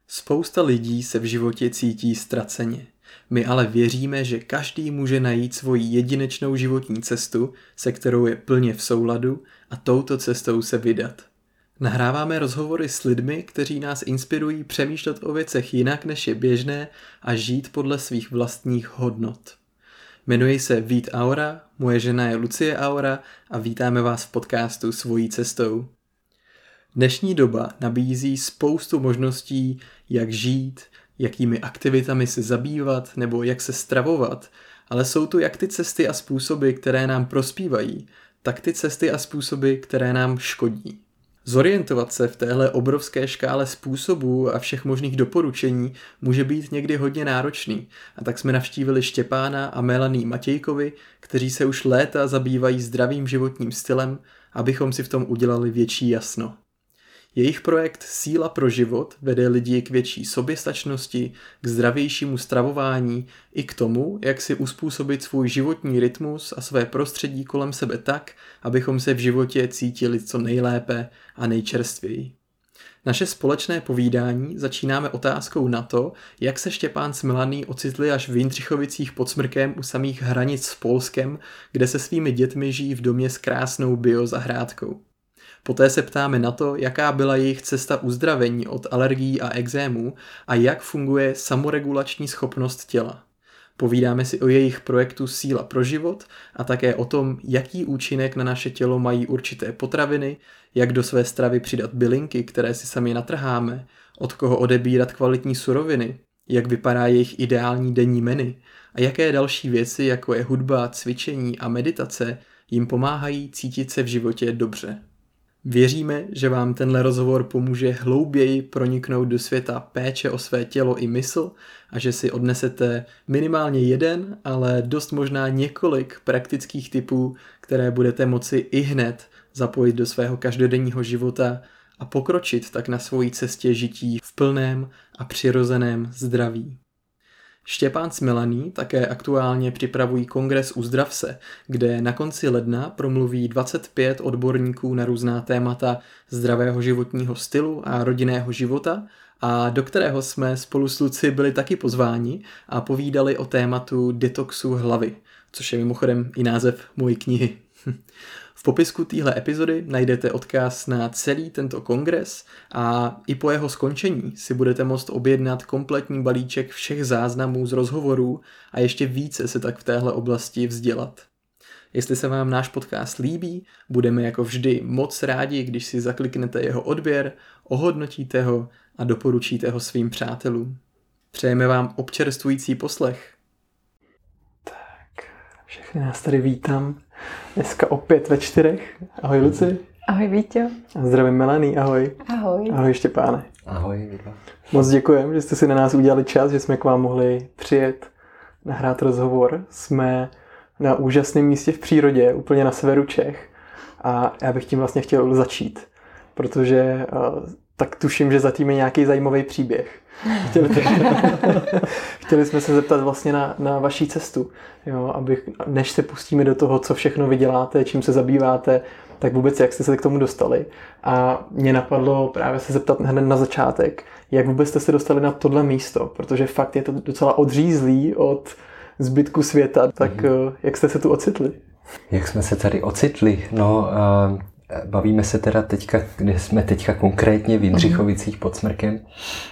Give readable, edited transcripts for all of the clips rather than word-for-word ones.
Spousta lidí se v životě cítí ztraceně. My ale věříme, že každý může najít svoji jedinečnou životní cestu, se kterou je plně v souladu a touto cestou se vydat. Nahráváme rozhovory s lidmi, kteří nás inspirují přemýšlet o věcech jinak, než je běžné a žít podle svých vlastních hodnot. Jmenuji se Vít Aura, moje žena je Lucie Aura a vítáme vás v podcastu Svojí cestou. Dnešní doba nabízí spoustu možností, jak žít, jakými aktivitami se zabývat nebo jak se stravovat, ale jsou tu jak ty cesty a způsoby, které nám prospívají, tak ty cesty a způsoby, které nám škodí. Zorientovat se v téhle obrovské škále způsobů a všech možných doporučení může být někdy hodně náročný, a tak jsme navštívili Štěpána a Melanie Matějkovi, kteří se už léta zabývají zdravým životním stylem, abychom si v tom udělali větší jasno. Jejich projekt Síla pro život vede lidi k větší soběstačnosti, k zdravějšímu stravování i k tomu, jak si uspůsobit svůj životní rytmus a své prostředí kolem sebe tak, abychom se v životě cítili co nejlépe a nejčerstvěji. Naše společné povídání začínáme otázkou na to, jak se Štěpán s Melanie ocitli až v Jindřichovicích pod Smrkem u samých hranic s Polskem, kde se svými dětmi žijí v domě s krásnou biozahrádkou. Poté se ptáme na to, jaká byla jejich cesta uzdravení od alergií a ekzémů a jak funguje samoregulační schopnost těla. Povídáme si o jejich projektu Síla pro život a také o tom, jaký účinek na naše tělo mají určité potraviny, jak do své stravy přidat bylinky, které si sami natrháme, od koho odebírat kvalitní suroviny, jak vypadá jejich ideální denní menu a jaké další věci, jako je hudba, cvičení a meditace, jim pomáhají cítit se v životě dobře. Věříme, že vám tenhle rozhovor pomůže hlouběji proniknout do světa péče o své tělo i mysl a že si odnesete minimálně jeden, ale dost možná několik praktických tipů, které budete moci ihned zapojit do svého každodenního života a pokročit tak na svojí cestě žití v plném a přirozeném zdraví. Štěpán s Melanie také aktuálně připravují kongres Uzdrav se, kde na konci ledna promluví 25 odborníků na různá témata zdravého životního stylu a rodinného života a do kterého jsme spolu s Luci byli taky pozváni a povídali o tématu detoxu hlavy, což je mimochodem i název mojí knihy. V popisku téhle epizody najdete odkaz na celý tento kongres a i po jeho skončení si budete moct objednat kompletní balíček všech záznamů z rozhovorů a ještě více se tak v téhle oblasti vzdělat. Jestli se vám náš podcast líbí, budeme jako vždy moc rádi, když si zakliknete jeho odběr, ohodnotíte ho a doporučíte ho svým přátelům. Přejeme vám občerstvující poslech. Tak, všechny nás tady vítám. Dneska opět ve 4. Ahoj Luci. Ahoj Vítě. A zdravím Melanie, ahoj. Ahoj. Ahoj Štěpáne. Ahoj Vítě. Moc děkujeme, že jste si na nás udělali čas, že jsme k vám mohli přijet, nahrát rozhovor. Jsme na úžasném místě v přírodě, úplně na severu Čech a já bych tím vlastně chtěl začít, protože tak tuším, že zatím je nějaký zajímavý příběh. Chtěli jsme se zeptat vlastně na vaší cestu, jo, než se pustíme do toho, co všechno vy děláte, čím se zabýváte, tak vůbec jak jste se k tomu dostali. A mě napadlo právě se zeptat hned na začátek, jak vůbec jste se dostali na tohle místo, protože fakt je to docela odřízlý od zbytku světa, tak jak jste se tu ocitli? Jak jsme se tady ocitli? No, bavíme se teda teďka, kde jsme teďka konkrétně v Jindřichovicích pod Smrkem.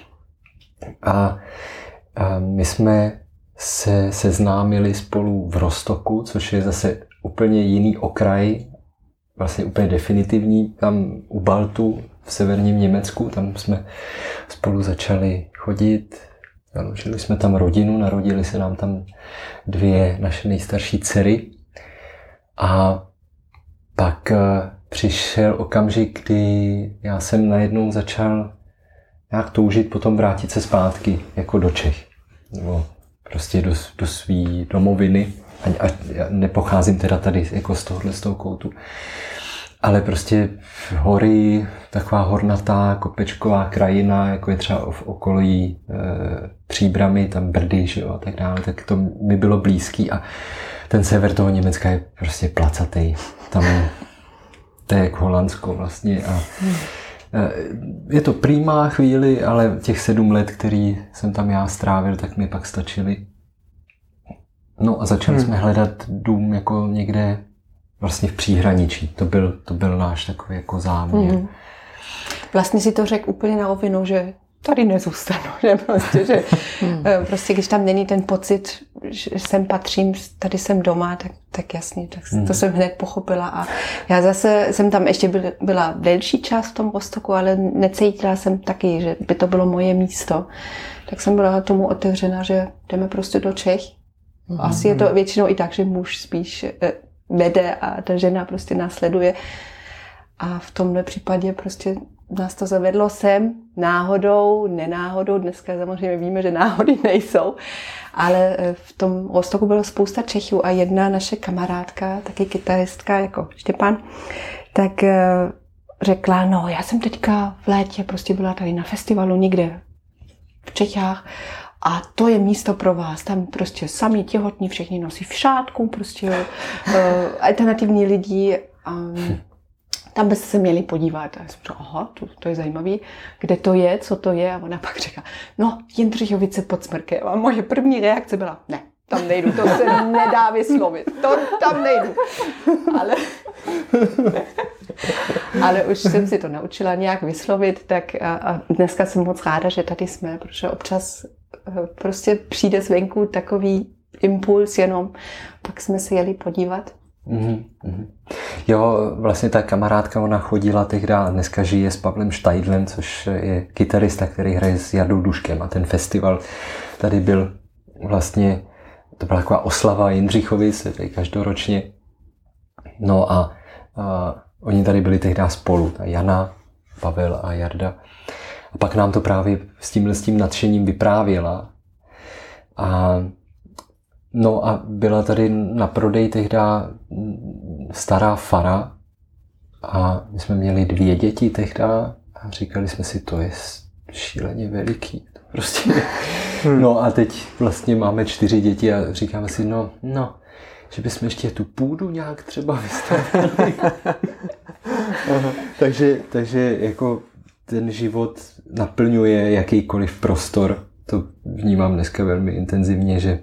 A my jsme se seznámili spolu v Rostoku, což je zase úplně jiný okraj, vlastně úplně definitivní, tam u Baltu v severním Německu, tam jsme spolu začali chodit, založili jsme tam rodinu, narodili se nám tam 2 naše nejstarší dcery a pak přišel okamžik, kdy já jsem najednou začal nějak toužit potom vrátit se zpátky jako do Čech. Nebo prostě do svý domoviny. A já nepocházím teda tady jako z toho koutu. Ale prostě hory, taková hornatá, kopečková krajina, jako je třeba v okolí Příbramy, tam Brdy, že jo, a tak dále, tak to mi bylo blízký a ten sever toho Německa je prostě placatý. Tam to je jak Holandsko vlastně a je to prýmá chvíli, ale těch 7 let, který jsem tam já strávil, tak mi pak stačily. No a začali jsme hledat dům jako někde vlastně v příhraničí. To byl náš takový jako záměr. Vlastně si to řekl úplně na rovinu, že tady nezůstanu, že prostě když tam není ten pocit, že sem patřím, tady jsem doma, tak jasně, tak to jsem hned pochopila. A já zase jsem tam ještě byla delší čas v tom Rostocku, ale necítila jsem taky, že by to bylo moje místo. Tak jsem byla tomu otevřena, že jdeme prostě do Čech. Asi je to většinou i tak, že muž spíš vede a ta žena prostě následuje. A v tomhle případě prostě nás to zavedlo sem náhodou, nenáhodou. Dneska samozřejmě víme, že náhody nejsou, ale v tom Rostocku bylo spousta Čechů a jedna naše kamarádka, taky kytaristka jako Štěpán, tak řekla, no já jsem teďka v létě prostě byla tady na festivalu někde v Čechách a to je místo pro vás. Tam prostě sami těhotní, všichni nosí v šátku, prostě alternativní lidi. Tam byste se měli podívat. A já jsem řekla, aha, to je zajímavý. Kde to je, co to je? A ona pak řekla, no, Jindřichovice pod Smrkem. A moje první reakce byla, ne, tam nejdu, to se nedá vyslovit. Tam nejdu. Ale už jsem si to naučila nějak vyslovit, tak a dneska jsem moc ráda, že tady jsme, protože občas prostě přijde zvenku takový impuls jenom, pak jsme se jeli podívat. Jo, vlastně ta kamarádka, ona chodila tehdy, dneska žije s Pavlem Štajdlem, což je kytarista, který hraje s Jardou Duškem a ten festival tady byl vlastně, to byla taková oslava Jindřichovic, tady každoročně. No a oni tady byli tehdy spolu, ta Jana, Pavel a Jarda. A pak nám to právě s tím nadšením vyprávěla. No a byla tady na prodej tehda stará fara a my jsme měli 2 děti tehda a říkali jsme si, to je šíleně veliký. Prostě. No a teď vlastně máme 4 děti a říkáme si, no, že bychom ještě tu půdu nějak třeba vystavili. takže jako ten život naplňuje jakýkoliv prostor. To vnímám dneska velmi intenzivně, že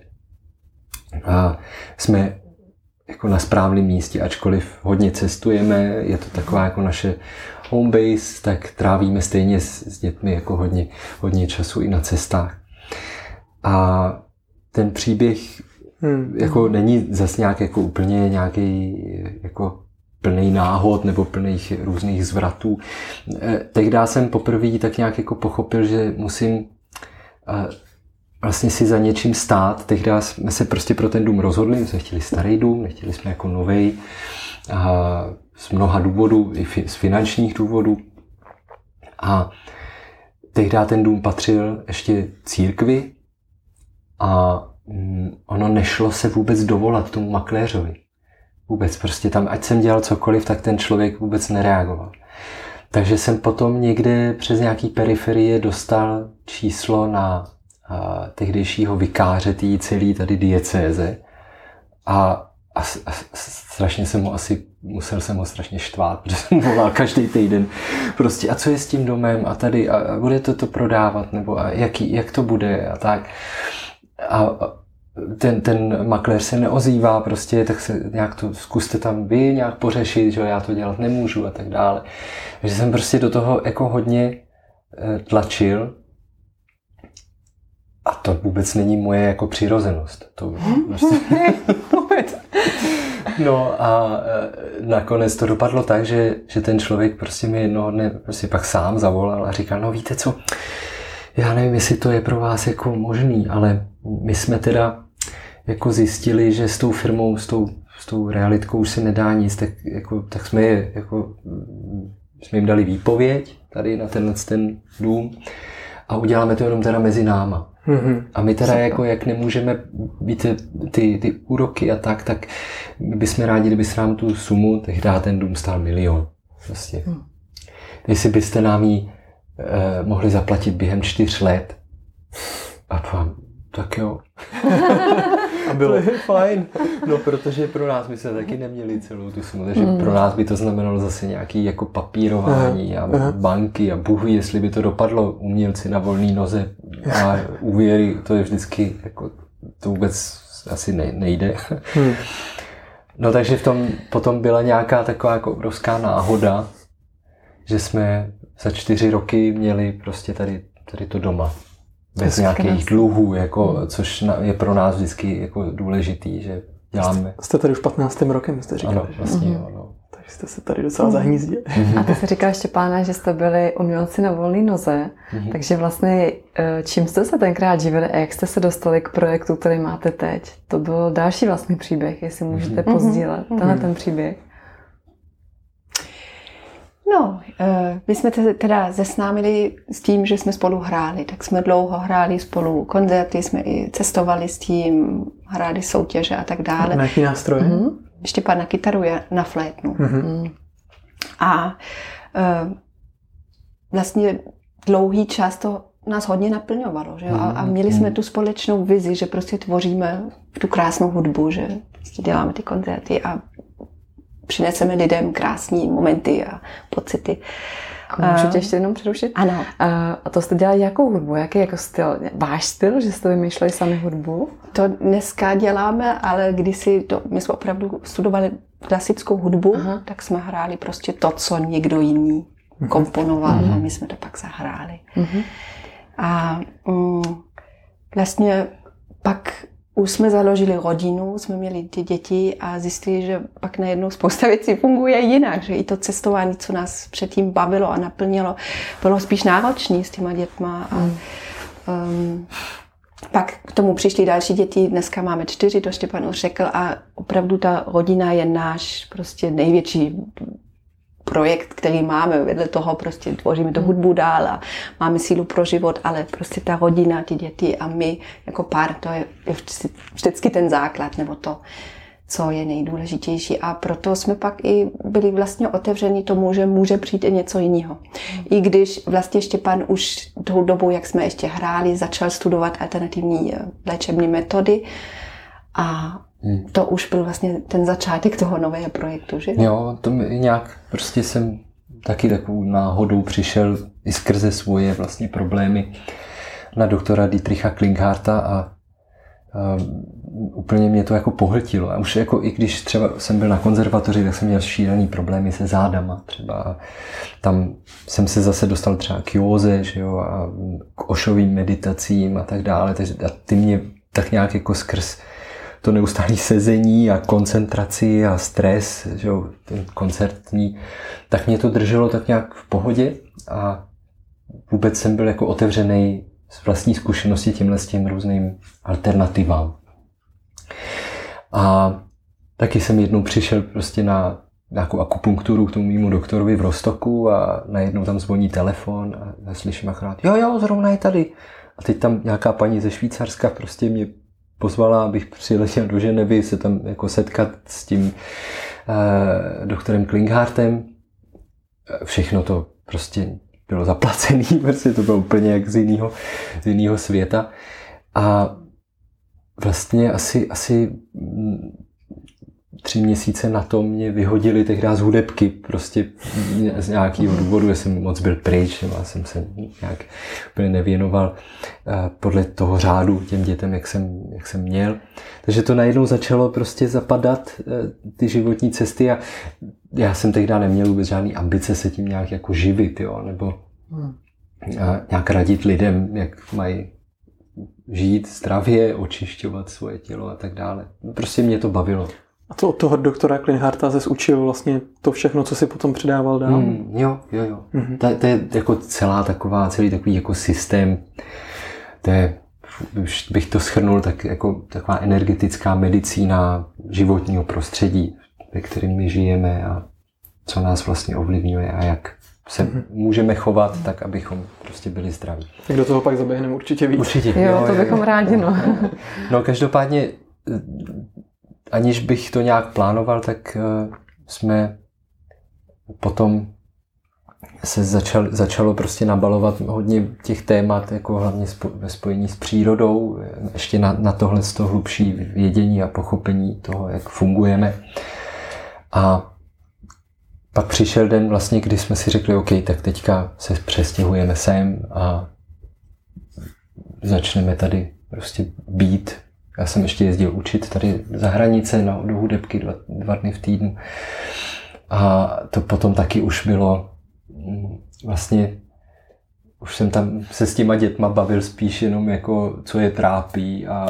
jsme jako na správném místě, ačkoliv hodně cestujeme, je to taková jako naše home base, tak trávíme stejně s dětmi jako hodně času i na cestách. A ten příběh jako není zas nějak jako úplně nějaký jako plný náhod nebo plných různých zvratů. Tehdy jsem poprvé tak nějak jako pochopil, že musím vlastně si za něčím stát. Tehdy jsme se prostě pro ten dům rozhodli, my jsme chtěli starý dům, nechtěli jsme jako novej. Z mnoha důvodů, i z finančních důvodů. A tehdy ten dům patřil ještě církvi a ono nešlo se vůbec dovolat tomu makléřovi. Vůbec prostě tam, ať jsem dělal cokoliv, tak ten člověk vůbec nereagoval. Takže jsem potom někde přes nějaký periferie dostal číslo na tehdejšího vikáře té celé tady diecéze a strašně jsem musel jsem ho strašně štvát, protože jsem volal každý týden prostě a co je s tím domem a tady a bude to prodávat nebo a jak to bude a tak. A ten makléř se neozývá prostě, tak se nějak to zkuste tam vy nějak pořešit, že já to dělat nemůžu a tak dále. Takže jsem prostě do toho jako hodně tlačil. A to vůbec není moje jako přirozenost. To prostě... Vůbec. No a nakonec to dopadlo tak, že ten člověk prostě mi jednoho dne prostě pak sám zavolal a říkal, no víte co, já nevím, jestli to je pro vás jako možný, ale my jsme teda jako zjistili, že s tou firmou, s tou realitkou už se nedá nic, tak jsme jim dali výpověď tady na ten dům a uděláme to jenom teda mezi náma. A my teda jako jak nemůžeme být ty úroky a tak bychom rádi, kdyby se nám tu sumu, tehdy ten dům stál 1 000 000. Prostě. Jestli byste nám ji mohli zaplatit během 4 let. A vám, tak jo. A bylo. To je fajn. No, protože pro nás my jsme taky neměli celou tu sumu, takže pro nás by to znamenalo zase nějaký jako papírování a banky a bůh ví, jestli by to dopadlo, umělci na volné noze a úvěry, to je vždycky jako, to vůbec asi nejde. No takže v tom potom byla nějaká taková jako obrovská náhoda, že jsme za 4 roky měli prostě tady to doma. Bez nějakých dluhů, jako, což je pro nás vždycky jako důležitý, že děláme. Jste tady už 15. rokem, jste říkali. Ano, vlastně jo, no. Takže jste se tady docela zahnízdili. A ty jsi říkal, Štěpáne, že jste byli umělci na volné noze, takže vlastně čím jste se tenkrát živili a jak jste se dostali k projektu, který máte teď? To byl další vlastní příběh, jestli můžete pozdílet tenhle ten příběh. No, my jsme teda zesnámili s tím, že jsme spolu hráli, tak jsme dlouho hráli spolu koncerty, jsme i cestovali s tím, hráli soutěže a tak dále. Na jaký nástroje? Štěpán na kytaru, já na flétnu. A vlastně dlouhý čas to nás hodně naplňovalo, že jo? A měli jsme tu společnou vizi, že prostě tvoříme tu krásnou hudbu, že prostě děláme ty koncerty a přineseme lidem krásné momenty a pocity. A můžu tě ještě jenom přerušit? Ano. A to jste dělali jakou hudbu? Jaký jako styl? Váš styl, že jste vymýšleli sami hudbu? To dneska děláme, ale my jsme opravdu studovali klasickou hudbu, tak jsme hráli prostě to, co někdo jiný komponoval a my jsme to pak zahráli. A vlastně pak už jsme založili rodinu, jsme měli ty děti a zjistili, že pak najednou spousta věcí funguje jinak, že i to cestování, co nás předtím bavilo a naplnilo, bylo spíš náročné s těma dětma. A, pak k tomu přišly další děti, dneska máme 4, to Štěpán už řekl, a opravdu ta rodina je náš prostě největší projekt, který máme, vedle toho prostě tvoříme tu hudbu dál a máme sílu pro život, ale prostě ta rodina, ty děti a my jako pár, to je vždycky ten základ, nebo to, co je nejdůležitější. A proto jsme pak i byli vlastně otevřeni tomu, že může přijít i něco jiného. I když vlastně Štěpán už tou dobou, jak jsme ještě hráli, začal studovat alternativní léčebné metody a to už byl vlastně ten začátek toho nového projektu, že? Jo, to mi nějak prostě jsem taky takovou náhodou přišel i skrze svoje vlastně problémy na doktora Dietricha Klingharta a úplně mě to jako pohltilo. A už jako i když třeba jsem byl na konzervatoři, tak jsem měl šílený problémy se zádama třeba. Tam jsem se zase dostal třeba k józe, že jo, a k Oshovým meditacím a tak dále. Takže a ty mě tak nějak jako skrz to neustálé sezení a koncentraci a stres, že jo, ten koncertní, tak mě to drželo tak nějak v pohodě a vůbec jsem byl jako otevřený z vlastní zkušenosti tímhle s tím různým alternativám. A taky jsem jednou přišel prostě na nějakou akupunkturu k tomu mému doktorovi v Rostoku a najednou tam zvoní telefon a slyším akorát, jo, zrovna je tady. A teď tam nějaká paní ze Švýcarska prostě mě pozvala, abych přiletěl do Ženevy se tam jako setkat s tím doktorem Klinghartem. Všechno to prostě bylo zaplacené, prostě to bylo úplně jak z jiného světa. A vlastně asi 3 měsíce na to mě vyhodili tehdy z hudebky, prostě z nějakého důvodu, že jsem moc byl pryč, já jsem se nějak úplně nevěnoval podle toho řádu těm dětem, jak jsem měl. Takže to najednou začalo prostě zapadat ty životní cesty a já jsem tehdy neměl vůbec žádný ambice se tím nějak jako živit, jo, nebo nějak radit lidem, jak mají žít zdravě, očišťovat svoje tělo a tak dále. Prostě mě to bavilo. A to od toho doktora Klingharta se učil vlastně to všechno, co si potom předával dál? Jo. To je jako celý takový jako systém. To je, už bych to shrnul, tak jako taková energetická medicína životního prostředí, ve kterém my žijeme a co nás vlastně ovlivňuje a jak se můžeme chovat tak, abychom prostě byli zdraví. Tak do toho pak zaběhneme určitě víc. Určitě. Jo, to bychom rádi, no. No každopádně aniž bych to nějak plánoval, tak jsme potom se začalo prostě nabalovat hodně těch témat, jako hlavně ve spojení s přírodou, ještě na tohle z toho hlubší vědění a pochopení toho, jak fungujeme. A pak přišel den vlastně, kdy jsme si řekli, OK, tak teďka se přestěhujeme sem a začneme tady prostě být. Já jsem ještě jezdil učit tady za hranice do hudebky 2 dny v týdnu. A to potom taky už bylo vlastně, už jsem tam se s těma dětma bavil spíš jenom jako, co je trápí a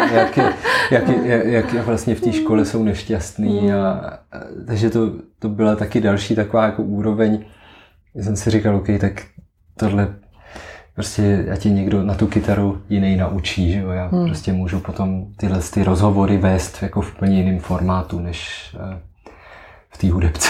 jak vlastně v té škole jsou nešťastný. Takže to byla taky další taková jako úroveň, kdy jsem si říkal, OK, tak tohle prostě ať tě někdo na tu kytaru jiný naučí, že jo? Já prostě můžu potom ty rozhovory vést jako v úplně jiném formátu, než v té hudebce.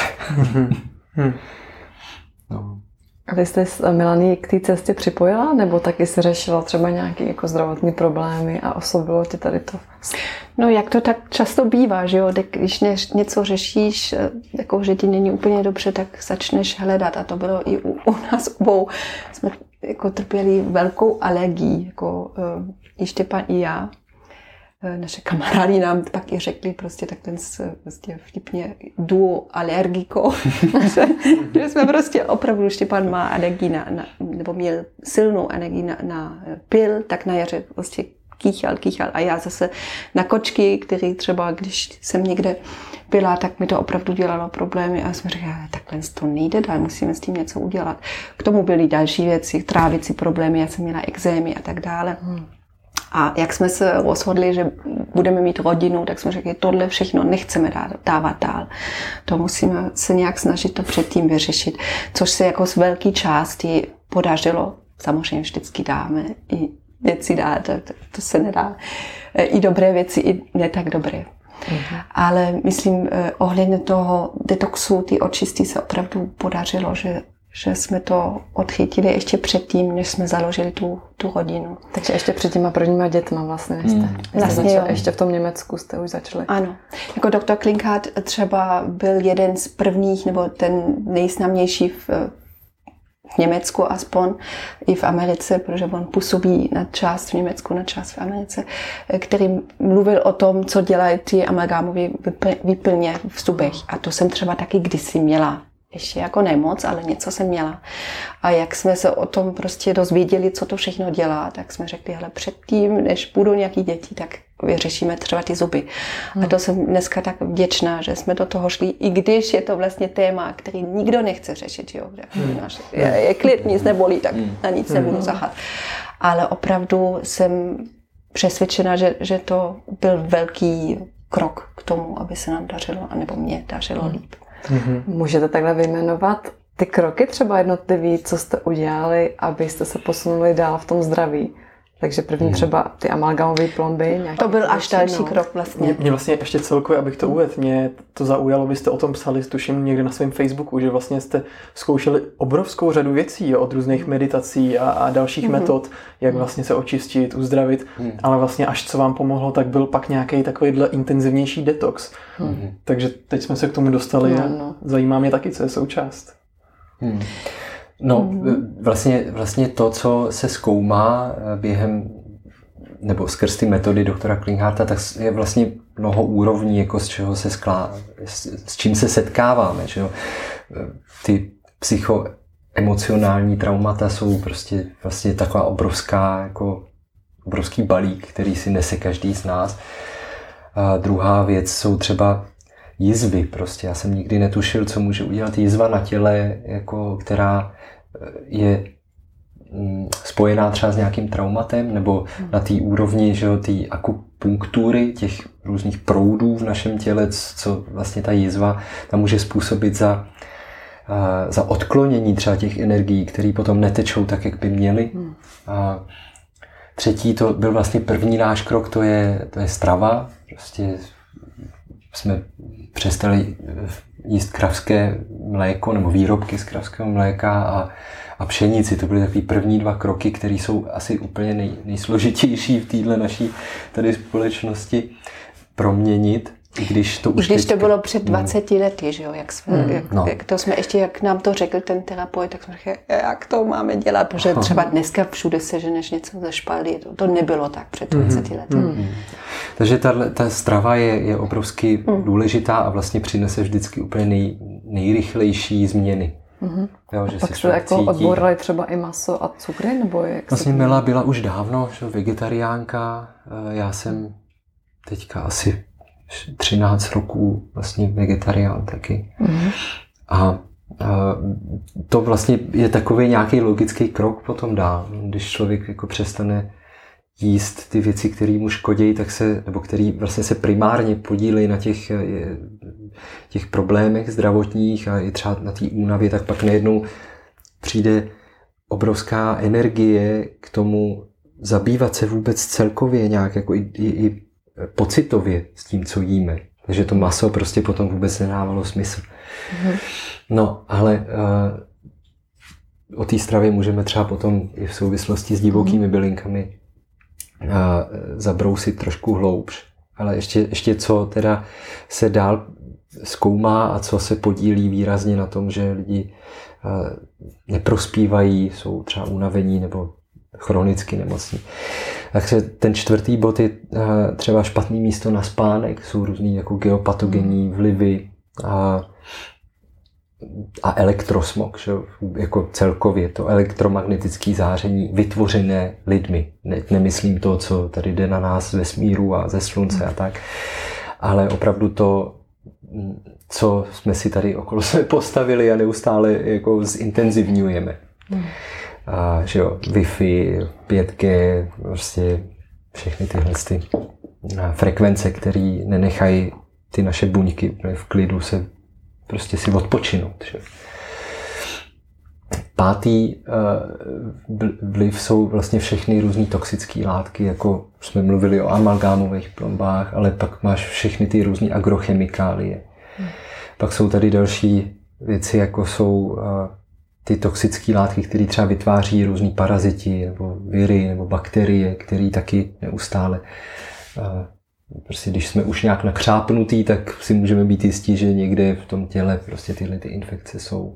No. A vy jste s Milaní k té cestě připojila, nebo taky se řešila třeba nějaké jako zdravotní problémy a osobilo tě tady to? No jak to tak často bývá, že jo, když něco řešíš, jako že ti není úplně dobře, tak začneš hledat a to bylo i u nás obou. Jsme jako trpěli velkou alergií, jako i Štěpán i já. Naše kamarádi nám pak i řekli prostě tak ten prostě vtipně duo alergiko, že jsme prostě opravdu, Štěpán má alergii nebo měl silnou alergii na pil, tak na jaře prostě kýchal a já zase na kočky, který třeba, když jsem někde byla, tak mi to opravdu dělalo problémy a jsme říkali, takhle to nejde dál, musíme s tím něco udělat. K tomu byly další věci, trávicí problémy, já jsem měla ekzémy a tak dále. A jak jsme se rozhodli, že budeme mít rodinu, tak jsme řekli, tohle všechno nechceme dávat dál. To musíme se nějak snažit to předtím vyřešit, což se jako z velké části podařilo. Samozřejmě vždycky dáme i věci dát, to se nedá. I dobré věci, i ne tak dobré. Ale myslím, ohledně toho detoxu, ty očistí se opravdu podařilo, že jsme to odchytili ještě předtím, než jsme založili tu rodinu. Takže ještě před těma prvníma dětma vlastně jste ještě v tom Německu jste už začali. Ano. Jako doktor Klinkhardt třeba byl jeden z prvních, nebo ten nejznámější v Německu aspoň, i v Americe, protože on působí na část v Německu, na část v Americe, který mluvil o tom, co dělají ty amalgámové výplně v zubech. A to jsem třeba taky kdysi měla. Ještě jako nemoc, ale něco jsem měla. A jak jsme se o tom prostě dozvěděli, co to všechno dělá, tak jsme řekli, hele, předtím, než budou nějaký děti, tak vyřešíme třeba ty zuby. A to jsem dneska tak vděčná, že jsme do toho šli, i když je to vlastně téma, který nikdo nechce řešit. Jo? Je klid, nic nebolí, tak na nic nebudu zahat. Ale opravdu jsem přesvědčena, že to byl velký krok k tomu, aby se nám dařilo, anebo mě dařilo líp. Můžete takhle vyjmenovat ty kroky třeba jednotlivý, co jste udělali, abyste se posunuli dál v tom zdraví? Takže první třeba ty amalgamové plomby. To byl až další krok vlastně. Mě vlastně ještě celkově, abych to uvedl, mě to zaujalo, vy jste o tom psali, tuším někde na svém Facebooku, že vlastně jste zkoušeli obrovskou řadu věcí, jo, od různých meditací a dalších metod, jak vlastně se očistit, uzdravit, ale vlastně až co vám pomohlo, tak byl pak nějaký takovýhle intenzivnější detox. Takže teď jsme se k tomu dostali a zajímá mě taky, co je součást. No, vlastně to, co se zkoumá během, nebo skrz ty metody doktora Klinghardta, tak je vlastně mnoho úrovní, jako z čeho se s čím se setkáváme. Že jo? Ty psychoemocionální traumata jsou prostě vlastně taková obrovský balík, který si nese každý z nás. A druhá věc jsou třeba jizvy. Prostě. Já jsem nikdy netušil, co může udělat jizva na těle, jako, která je spojená třeba s nějakým traumatem, nebo na té úrovni, že jo, té akupunktury, těch různých proudů v našem těle, co vlastně ta jizva tam může způsobit za odklonění třeba těch energií, které potom netečou tak, jak by měly. A třetí, to byl vlastně první náš krok, to je strava. Prostě jsme přestali jíst kravské mléko nebo výrobky z kravského mléka a pšenici. To byly takový první 2 kroky, které jsou asi úplně nejsložitější v téhle naší tady společnosti proměnit. Když to bylo před 20 lety, že jo, jak to jsme ještě, jak nám to řekl ten terapeut, tak jsme řekli, jak to máme dělat, protože třeba dneska všude seženeš něco ze špaldy, to nebylo tak před 20 lety. Takže ta strava je obrovsky důležitá a vlastně přinese vždycky úplně nejrychlejší změny. Jo, že pak se jako odbourali třeba i maso a cukry? Nebo jak vlastně Mela byla už dávno vegetariánka, já jsem teďka asi 13 roků vlastně vegetarián taky. A to vlastně je takový nějaký logický krok potom dál. Když člověk jako přestane jíst ty věci, které mu škodí, nebo které vlastně se primárně podílejí na těch problémech zdravotních a i třeba na té únavě, tak pak najednou přijde obrovská energie k tomu zabývat se vůbec celkově nějak jako i pocitově s tím, co jíme. Takže to maso prostě potom vůbec nedávalo smysl. No, ale o té stravě můžeme třeba potom i v souvislosti s divokými bylinkami zabrousit trošku hloubš. Ale ještě co teda se dál zkoumá a co se podílí výrazně na tom, že lidi neprospívají, jsou třeba unavení nebo chronicky nemocní. Takže ten 4. bod je třeba špatný místo na spánek, jsou různý jako geopatogenní vlivy a elektrosmog, že? Jako celkově to elektromagnetické záření vytvořené lidmi. Nemyslím to, co tady jde na nás z vesmíru a ze slunce a tak, ale opravdu to, co jsme si tady okolo sebe postavili a neustále jako zintenzivňujeme. Že jo, Wi-Fi, 5G, prostě všechny tyhle frekvence, které nenechají ty naše buňky v klidu se prostě si odpočinout. Že? 5. vliv jsou vlastně všechny různý toxické látky, jako jsme mluvili o amalgámových plombách, ale pak máš všechny ty různé agrochemikálie. Pak jsou tady další věci, jako jsou ty toxické látky, které třeba vytváří různý paraziti, nebo viry, nebo bakterie, které taky neustále prostě když jsme už nějak nakřápnutý, tak si můžeme být jistí, že někde v tom těle prostě tyhle ty infekce jsou.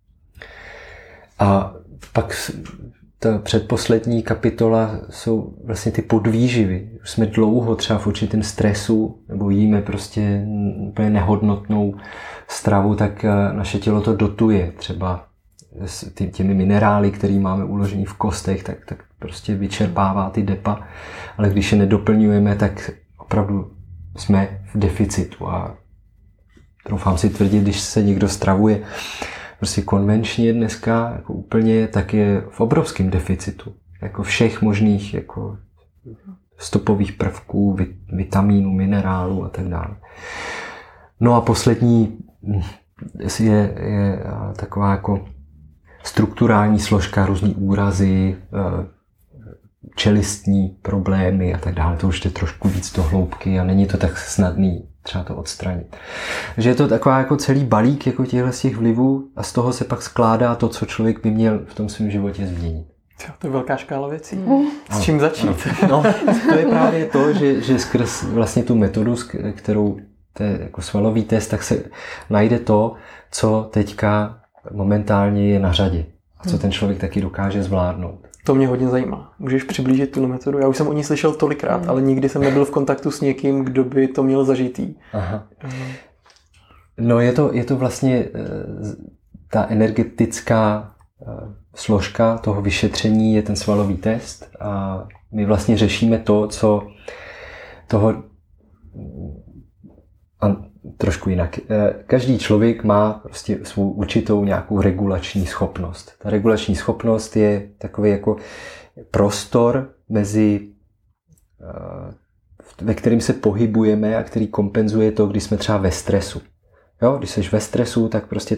A pak ta předposlední kapitola jsou vlastně ty podvýživy. Už jsme dlouho třeba v určitém stresu nebo jíme prostě úplně nehodnotnou stravu, tak naše tělo to dotuje třeba těmi minerály, které máme uložený v kostech, tak prostě vyčerpává ty depa. Ale když je nedoplňujeme, tak opravdu jsme v deficitu a troufám si tvrdit, když se někdo stravuje prostě konvenčně dneska jako úplně, tak je v obrovském deficitu. Jako všech možných jako stopových prvků, vitamínů, minerálů a tak dále. No a poslední je taková jako strukturální složka, různý úrazy, čelistní problémy a tak dále. To už je trošku víc do hloubky a není to tak snadný třeba to odstranit. Takže je to taková jako celý balík jako těch vlivů a z toho se pak skládá to, co člověk by měl v tom svém životě změnit. To je velká škála věcí. S čím začít? No, to je právě to, že skrz vlastně tu metodu, kterou to je jako svalový test, tak se najde to, co teďka momentálně je na řadě a co ten člověk taky dokáže zvládnout. To mě hodně zajímá. Můžeš přiblížit tu metodu? Já už jsem o ní slyšel tolikrát, ale nikdy jsem nebyl v kontaktu s někým, kdo by to měl zažitý. Aha. No je to vlastně ta energetická složka toho vyšetření je ten svalový test a my vlastně řešíme to, co toho a trošku jinak. Každý člověk má prostě svou určitou nějakou regulační schopnost. Ta regulační schopnost je takový jako prostor ve kterým se pohybujeme a který kompenzuje to, když jsme třeba ve stresu. Jo? Když jsi ve stresu, tak prostě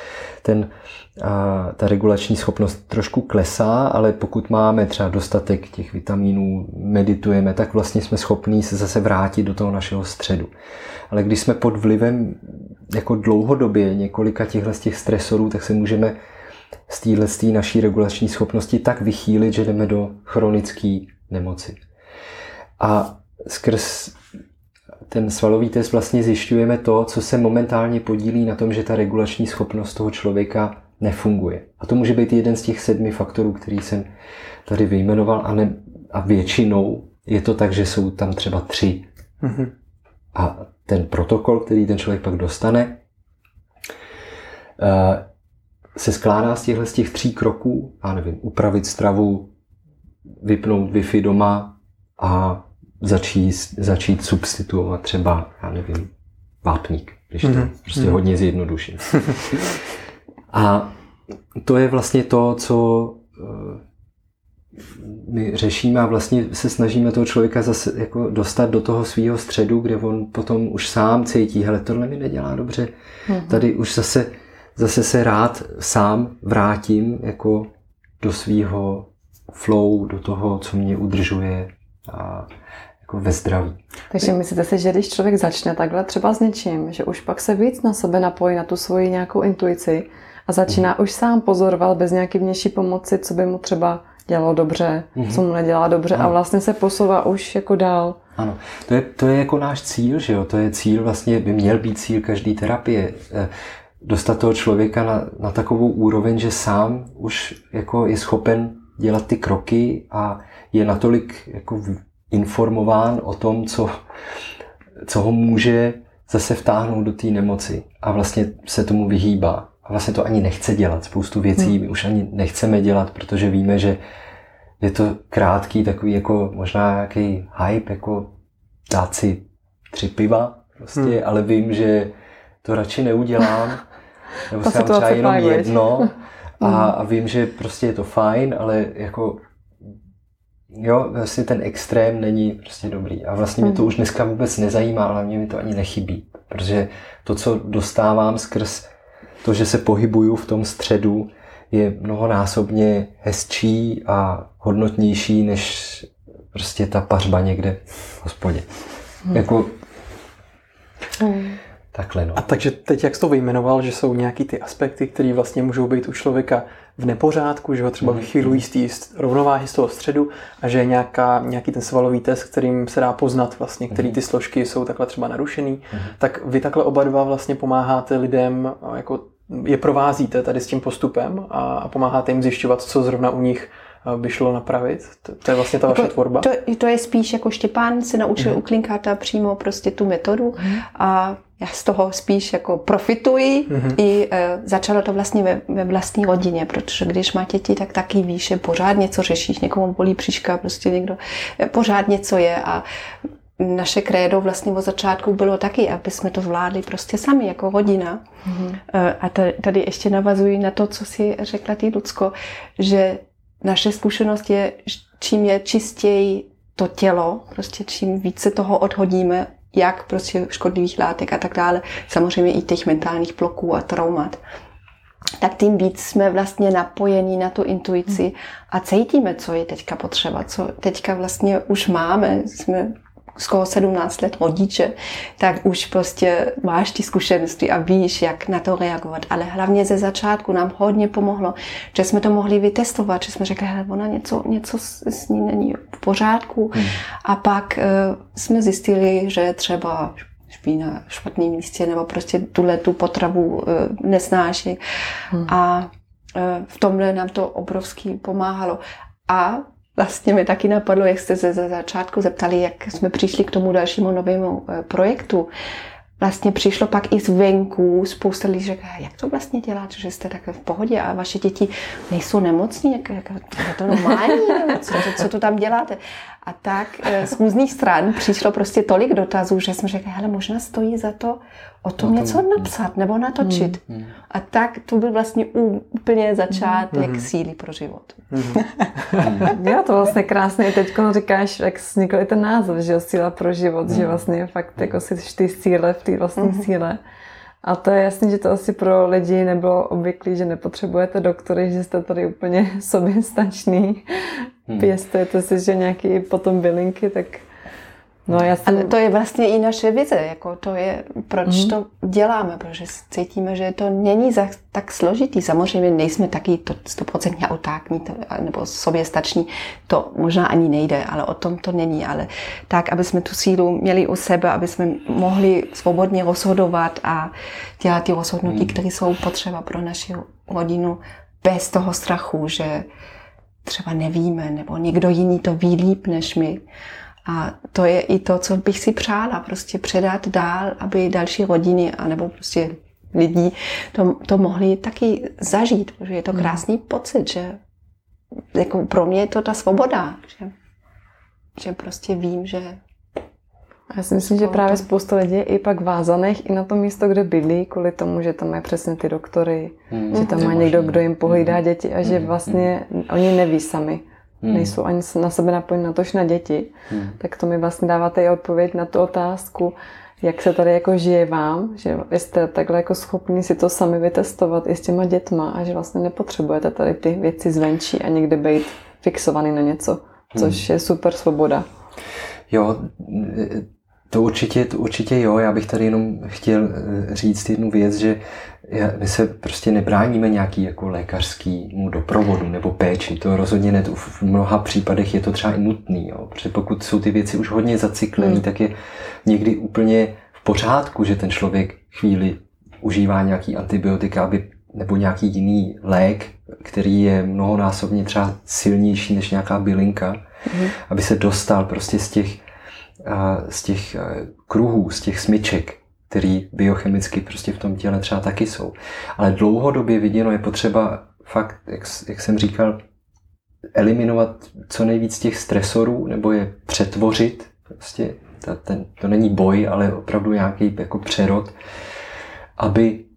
ta regulační schopnost trošku klesá, ale pokud máme třeba dostatek těch vitamínů, meditujeme, tak vlastně jsme schopní se zase vrátit do toho našeho středu. Ale když jsme pod vlivem jako dlouhodobě několika těch stresorů, tak se můžeme z téhle naší regulační schopnosti tak vychýlit, že jdeme do chronické nemoci. A skrz ten svalový test vlastně zjišťujeme to, co se momentálně podílí na tom, že ta regulační schopnost toho člověka nefunguje. A to může být jeden z těch 7 faktorů, který jsem tady vyjmenoval, a většinou je to tak, že jsou tam třeba 3. Mm-hmm. A ten protokol, který ten člověk pak dostane, se skládá z těch 3 kroků, upravit stravu, vypnout Wi-Fi doma a začít substituovat třeba, vápník, když to prostě hodně zjednoduším. A to je vlastně to, co my řešíme a vlastně se snažíme toho člověka zase jako dostat do toho svého středu, kde on potom už sám cítí, hele, tohle mi nedělá dobře, tady už zase se rád sám vrátím jako do svého flow, do toho, co mě udržuje a jako ve zdraví. Takže myslíte si, že když člověk začne takhle třeba s něčím, že už pak se víc na sebe napojí, na tu svoji nějakou intuici a začíná už sám pozorovat bez nějaké vnější pomoci, co by mu třeba dělalo dobře, co mu nedělá dobře a vlastně se posouvá už jako dál. Ano, to je jako náš cíl, že jo? To je cíl, vlastně by měl být cíl každé terapie. Dostat toho člověka na takovou úroveň, že sám už jako je schopen dělat ty kroky a je natolik jako informován o tom, co ho může zase vtáhnout do té nemoci a vlastně se tomu vyhýbá. A vlastně to ani nechce dělat. Spoustu věcí my už ani nechceme dělat, protože víme, že je to krátký takový jako možná nějaký hype, jako dát si 3 piva prostě, ale vím, že to radši neudělám. Nebo si dám třeba jenom jedno a vím, že prostě je to fajn, ale jako jo, vlastně ten extrém není prostě dobrý. A vlastně mě to už dneska vůbec nezajímá, ale mě mi to ani nechybí. Protože to, co dostávám skrz to, že se pohybuju v tom středu, je mnohonásobně hezčí a hodnotnější, než prostě ta pařba někde v hospodě. Jako takhle, no. A takže teď, jak jsi to vyjmenoval, že jsou nějaký ty aspekty, které vlastně můžou být u člověka v nepořádku, že ho třeba vychylují z té rovnováhy z toho středu a že je nějaký ten svalový test, kterým se dá poznat vlastně, který ty složky jsou takhle třeba narušený, tak vy takhle oba dva vlastně pomáháte lidem, jako je provázíte tady s tím postupem a pomáháte jim zjišťovat, co zrovna u nich by šlo napravit? To je vlastně ta vaše tvorba? To je spíš jako Štěpán se naučil u Klinkáta přímo prostě tu metodu a já z toho spíš jako profituji i začalo to vlastně ve vlastní rodině, protože když má děti, tak taky víš, že pořád něco řešíš, někomu bolí příška, prostě někdo, pořád něco je a naše krédo vlastně od začátku bylo taky, aby jsme to zvládli prostě sami jako rodina. A tady ještě navazuji na to, co si řekla ty, Lucko, že naše zkušenost je, čím je čistěji to tělo, prostě čím více toho odhodíme, jak prostě škodlivých látek a tak dále, samozřejmě i těch mentálních bloků a traumat, tak tím víc jsme vlastně napojení na tu intuici a cítíme, co je teďka potřeba, co teďka vlastně už máme, jsme skoro 17 let rodiče, tak už prostě máš ty zkušenosti a víš, jak na to reagovat. Ale hlavně ze začátku nám hodně pomohlo, že jsme to mohli vytestovat, že jsme řekli, hele, ona něco s ní není v pořádku. A pak jsme zjistili, že třeba spí na špatném místě nebo prostě tu potravu nesnáší. A v tomhle nám to obrovsky pomáhalo. A vlastně mi taky napadlo, jak jste se za začátku zeptali, jak jsme přišli k tomu dalšímu novému projektu. Vlastně přišlo pak i zvenku spousta lidí řekla, jak to vlastně děláte, že jste takhle v pohodě a vaše děti nejsou nemocní, jak je to normální, co to tam děláte. A tak z různých stran přišlo prostě tolik dotazů, že jsme řekli, hele, možná stojí za to o tom něco napsat nebo natočit. A tak to byl vlastně úplně začátek síly pro život. Jo, to vlastně krásně. Teď říkáš, jak vznikl i ten název, že síla pro život, že vlastně fakt jako si ty síle v té vlastní síle. A to je jasný, že to asi pro lidi nebylo obvyklý, že nepotřebujete doktory, že jste tady úplně soběstačný. Pěstujete si, že nějaký potom bylinky, tak No, ale to je vlastně i naše vize, jako to je, proč to děláme, protože cítíme, že to není tak složitý. Samozřejmě nejsme taky 100% autarkní nebo soběstační, to možná ani nejde, ale o tom to není, ale tak, aby jsme tu sílu měli u sebe, aby jsme mohli svobodně rozhodovat a dělat ty rozhodnutí, které jsou potřeba pro naši rodinu bez toho strachu, že třeba nevíme, nebo někdo jiný to ví líp než my. A to je i to, co bych si přála, prostě předat dál, aby další rodiny, anebo prostě lidi to mohli taky zažít, protože je to krásný pocit, že jako pro mě je to ta svoboda, že prostě vím, že... Já si myslím, že právě spousta lidí je i pak vázaných i na to místo, kde bydlí, kvůli tomu, že tam mají přesně ty doktory, že tam má někdo, kdo jim pohlídá děti a že vlastně oni neví sami. Nejsou ani na sebe napojeni, natož na děti. Tak to mi vlastně dáváte i odpověď na tu otázku, jak se tady jako žije vám, že jste takhle jako schopni si to sami vytestovat i s těma dětma a že vlastně nepotřebujete tady ty věci zvenčí a někde být fixovaný na něco, což je super svoboda. Jo, to určitě jo. Já bych tady jenom chtěl říct jednu věc, že my se prostě nebráníme nějaký jako lékařskýmu doprovodu nebo péči. To rozhodně ne. V mnoha případech je to třeba i nutný. Jo. Protože pokud jsou ty věci už hodně zacyklené, tak je někdy úplně v pořádku, že ten člověk chvíli užívá nějaký antibiotika nebo nějaký jiný lék, který je mnohonásobně třeba silnější než nějaká bylinka, aby se dostal prostě z těch kruhů, z těch smyček, který biochemicky prostě v tom těle třeba taky jsou. Ale dlouhodobě viděno je potřeba fakt, jak jsem říkal, eliminovat co nejvíc těch stresorů, nebo je přetvořit. Prostě to není boj, ale opravdu nějaký jako přerod, aby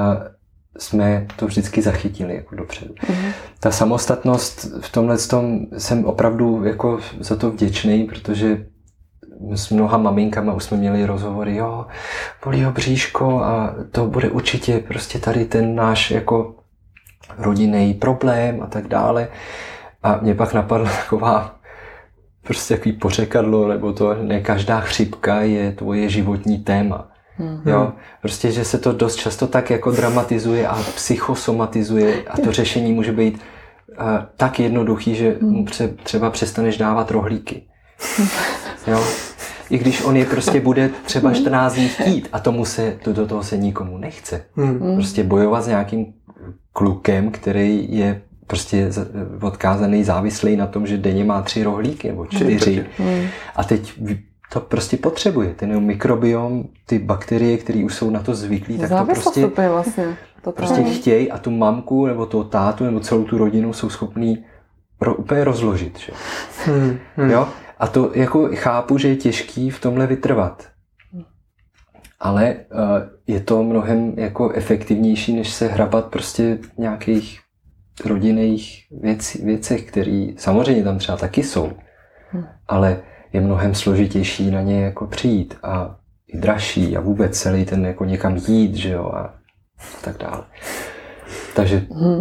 jsme to vždycky zachytili jako dopředu. Ta samostatnost v tomhle jsem opravdu jako za to vděčný, protože s mnoha maminkama už jsme měli rozhovory, jo, bolí ho bříško a to bude určitě prostě tady ten náš jako rodinný problém a tak dále. A mě pak napadla taková prostě takový pořekadlo, nebo to ne každá chřipka je tvoje životní téma. Jo, prostě, že se to dost často tak jako dramatizuje a psychosomatizuje a to řešení může být tak jednoduchý, že mu třeba přestaneš dávat rohlíky. Jo? I když on je prostě bude třeba 14 dní chtít a do toho se nikomu nechce. Prostě bojovat s nějakým klukem, který je prostě odkázaný, závislý na tom, že denně má 3 rohlíky nebo 4. A teď to prostě potřebuje. Ten mikrobiom, ty bakterie, které už jsou na to zvyklí, tak to prostě chtějí a tu mamku nebo toho tátu nebo celou tu rodinu jsou schopní úplně rozložit. Že? Jo? A to jako chápu, že je těžký v tomhle vytrvat. Ale je to mnohem jako efektivnější, než se hrabat prostě v nějakých rodinných věcech, které samozřejmě tam třeba taky jsou. Ale je mnohem složitější na ně jako přijít a i dražší a vůbec celý ten jako někam jít, že jo, a tak dále. Takže...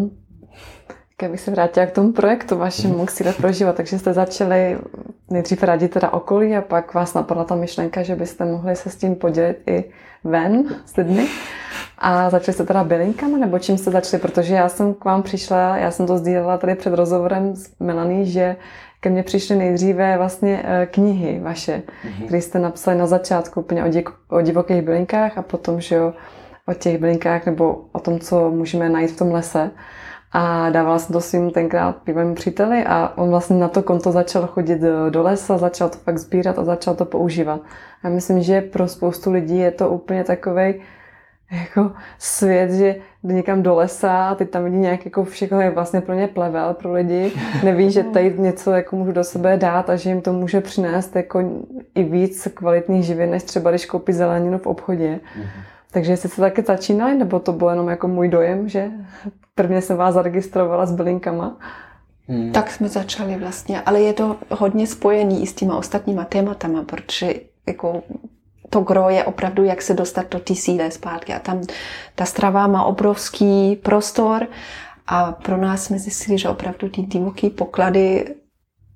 Já bych se vrátila k tomu projektu vašemu k síle pro život, takže jste začali nejdřív radit teda okolí a pak vás napadla ta myšlenka, že byste mohli se s tím podělit i ven s lidmi. A začali jste teda bylinkama, nebo čím jste začali? Protože já jsem k vám přišla, já jsem to sdílela tady před rozhovorem s Melanie, že ke mně přišly nejdříve vlastně knihy vaše, které jste napsali na začátku úplně o divokých bylinkách a potom, že jo, o těch bylinkách nebo o tom, co můžeme najít v tom lese. A dávala jsem to svým tenkrát bývalému příteli a on vlastně na to konto začal chodit do lesa, začal to fakt sbírat a začal to používat. A myslím, že pro spoustu lidí je to úplně takovej jako svět, že jde někam do lesa a teď tam vidí nějak jako všechno je vlastně pro ně plevel pro lidi. Neví, že tady něco jako můžu do sebe dát a že jim to může přinést jako i víc kvalitních živin, než třeba když koupí zeleninu v obchodě. Takže jestli jste taky začínali, nebo to bylo jenom jako můj dojem, že prvně jsem vás zaregistrovala s bylinkama? Tak jsme začali vlastně, ale je to hodně spojený i s těma ostatníma tématama, protože jako to gro je opravdu, jak se dostat do té síly zpátky. A tam ta strava má obrovský prostor a pro nás jsme zjistili, že opravdu ty divoké poklady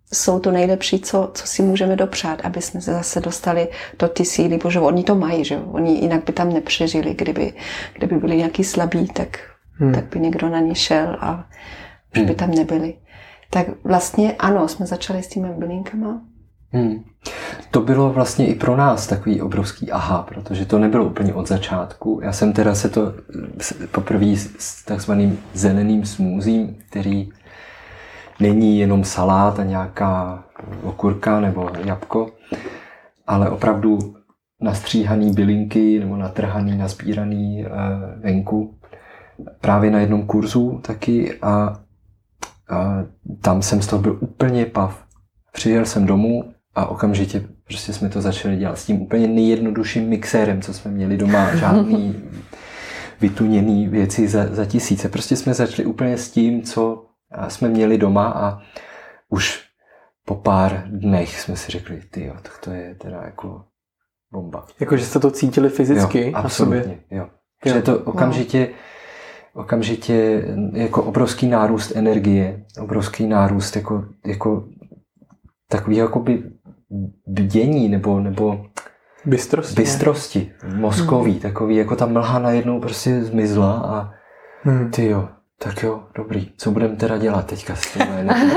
jsou to nejlepší, co si můžeme dopřát, aby jsme se zase dostali do ty síly, protože oni to mají, že oni jinak by tam nepřežili, kdyby byli nějaký slabí, tak by někdo na ně šel a už by tam nebyli. Tak vlastně ano, jsme začali s těmi bylinkama. To bylo vlastně i pro nás takový obrovský aha, protože to nebylo úplně od začátku. Já jsem teda se to poprvé s takzvaným zeleným smoothiem, který není jenom salát a nějaká okurka nebo jabko, ale opravdu nastříhaný bylinky nebo natrhaný, nazbíraný venku. Právě na jednom kurzu taky a tam jsem z toho byl úplně pav. Přijel jsem domů a okamžitě prostě jsme to začali dělat s tím úplně nejjednodušším mixérem, co jsme měli doma, žádný vytuněný věci za tisíce. Prostě jsme začali úplně s tím, co jsme měli doma a už po pár dnech jsme si řekli, tyjo, tak to je teda jako bomba. Jako, že jste to cítili fyzicky na sobě? Jo. Že to okamžitě jako obrovský nárůst energie, obrovský nárůst jako takový jakoby bdění nebo bystrosti mozkový, takový jako ta mlha najednou prostě zmizla a tyjo, tak jo, dobrý, co budeme teda dělat teďka s tím?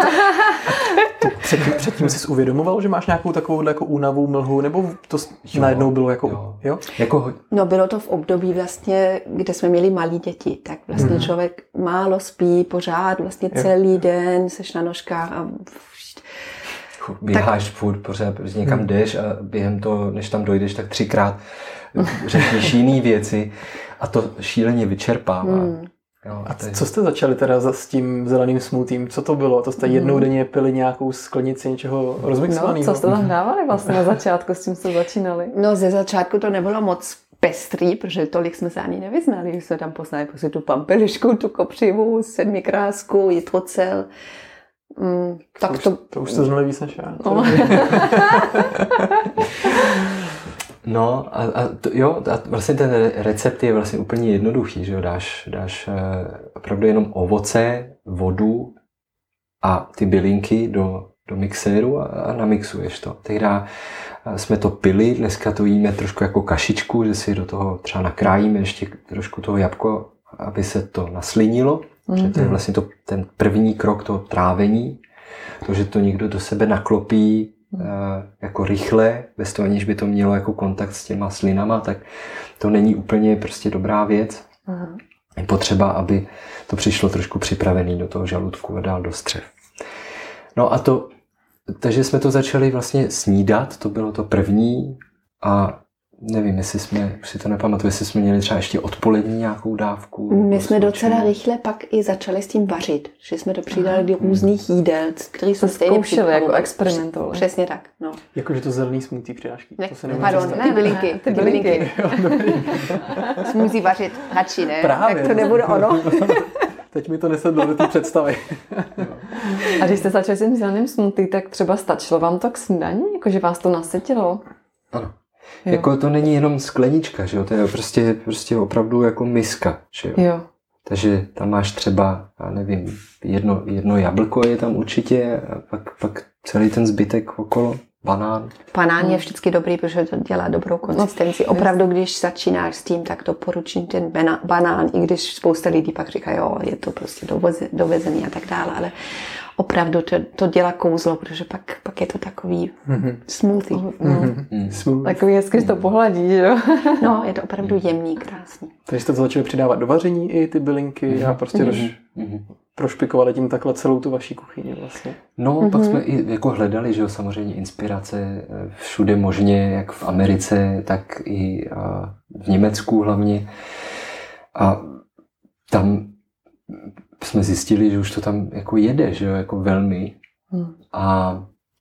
Předtím jsi uvědomoval, že máš nějakou takovou jako únavu, mlhu, nebo to najednou bylo jako... Jo? No bylo to v období vlastně, kde jsme měli malí děti, tak vlastně člověk málo spí, pořád vlastně celý den, seš na nožkách a... Běháš furt pořád, protože někam jdeš a během toho, než tam dojdeš, tak 3krát řekneš jiný věci a to šíleně vyčerpává. Jo, a co jste začali teda s tím zeleným smoothiem? Co to bylo? To jste jednou denně pili nějakou sklenici něčeho rozmixovaného? No, co jste tam dávali vlastně na začátku, s čím jste začínali? No ze začátku to nebylo moc pestrý, protože tolik jsme se ani nevyznali. Jsme tam poznali prostě tu pampelišku, tu kopřivu, 7krásku, jitrocel. Tak to už jste znali víc než já. No a vlastně ten recept je vlastně úplně jednoduchý, že jo, dáš opravdu jenom ovoce, vodu a ty bylinky do mixéru a namixuješ to. Tehdy jsme to pili, dneska to jíme trošku jako kašičku, že si do toho třeba nakrájíme ještě trošku toho jabko, aby se to naslinilo. Že to je vlastně ten první krok toho trávení, to, že to někdo do sebe naklopí jako rychle, bez toho, aniž by to mělo jako kontakt s těma slinama, tak to není úplně prostě dobrá věc. Je potřeba, aby to přišlo trošku připravený do toho žaludku a dál do střev. No a takže jsme to začali vlastně snídat, to bylo to první a nevím, jestli jsme, už si to nepamatuju, jestli jsme měli třeba ještě odpolední nějakou dávku. My jsme docela rychle pak i začali s tím vařit, že jsme to přidali do různých jídel, který jsme stejně zkoušeli, jako experimentovali. Přesně tak, no. Jakože to zelený smoothie přidášky. Ty bylinky. Smoothie vařit radši, ne? Právě. Tak to nebude ono. Teď mi to nesedlo do té představy. A když jste začali s tím zeleným smoothie, tak třeba stačilo vám to k snídani? Jakože vás to nasytilo? Ano. Jo. Jako to není jenom sklenička, že jo? To je prostě opravdu jako miska, že jo? Takže tam máš třeba, já nevím, jedno jablko je tam určitě a pak celý ten zbytek okolo, banán. Banán je vždycky dobrý, protože to dělá dobrou konzistenci. Opravdu, když začínáš s tím, tak doporučím ten banán, i když spousta lidí pak říká, jo, je to prostě dovezený a tak dále, ale opravdu to dělá kouzlo, protože pak je to takový smoothie. Takový hezky, že to pohladí, jo? No, je to opravdu jemný, krásný. Takže jste to začali přidávat do vaření i ty bylinky a prostě prošpikovali tím takhle celou tu vaší kuchyni vlastně. No, pak jsme i jako hledali, že jo, samozřejmě inspirace všude možně, jak v Americe, tak i v Německu hlavně. A tam jsme zjistili, že už to tam jako jede, že jo, jako velmi. A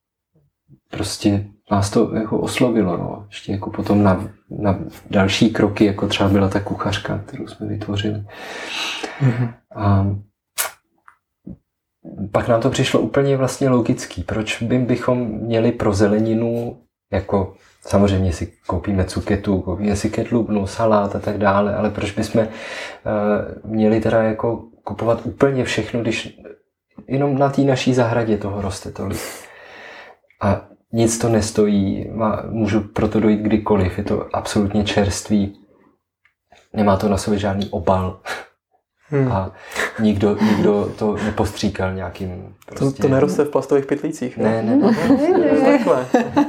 prostě nás to jako oslovilo, no. Ještě jako potom na další kroky, jako třeba byla ta kuchařka, kterou jsme vytvořili. A pak nám to přišlo úplně vlastně logický. Proč bychom měli pro zeleninu, jako samozřejmě si koupíme cuketu, koupíme si ketlubnu, salát a tak dále, ale proč bychom měli teda jako kupovat úplně všechno, když jenom na té naší zahradě toho roste tolik. A nic to nestojí, můžu proto dojít kdykoliv, je to absolutně čerstvý, nemá to na sobě žádný obal a nikdo to nepostříkal nějakým prostě... To neroste v plastových pytlících, ne? Ne. Takhle.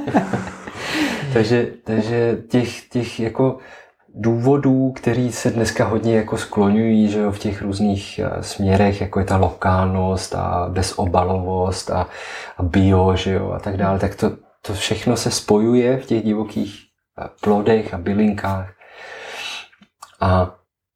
takže těch jako důvodů, který se dneska hodně jako skloňují, že jo, v těch různých směrech, jako je ta lokálnost a bezobalovost a bio, že jo, a tak dále, tak to všechno se spojuje v těch divokých plodech a bylinkách a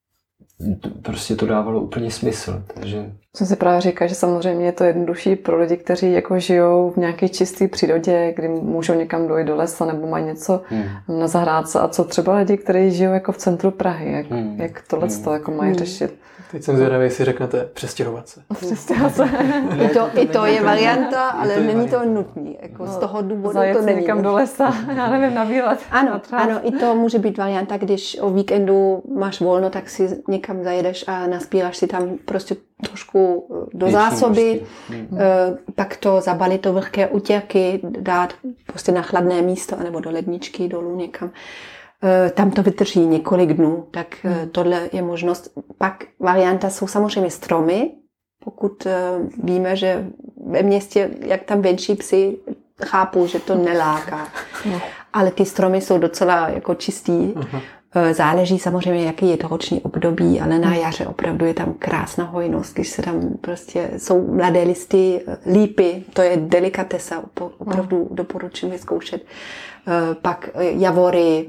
prostě to dávalo úplně smysl. Takže... Jsem si právě říkala, že samozřejmě je to jednodušší pro lidi, kteří jako žijou v nějaké čisté přírodě, kdy můžou někam dojít do lesa nebo mají něco na zahrádce. A co třeba lidi, kteří žijou jako v centru Prahy, jak tohleto jako mají řešit? Teď jsem zvědavý, jestli řeknete přestěhovat se. Přestěhovat se. I to je varianta, ale není to nutný. Jako z toho důvodu zajet to není. někam do lesa, já nevím, na výlet. Ano, i to může být varianta, když o víkendu máš volno, tak si někam zajedeš a naspíráš si tam prostě trošku do zásoby, pak to zabalit do vlhké utěrky, dát prostě na chladné místo, nebo do ledničky, dolů někam. Tam to vydrží několik dnů, tak tohle je možnost. Pak varianta jsou samozřejmě stromy, pokud víme, že ve městě, jak tam venčí psy, chápu, že to neláká. Ale ty stromy jsou docela jako čistý. Záleží samozřejmě, jaký je to roční období, ale na jaře opravdu je tam krásná hojnost, když se tam prostě jsou mladé listy, lípy, to je delikatesa, opravdu doporučím vyzkoušet. Pak javory,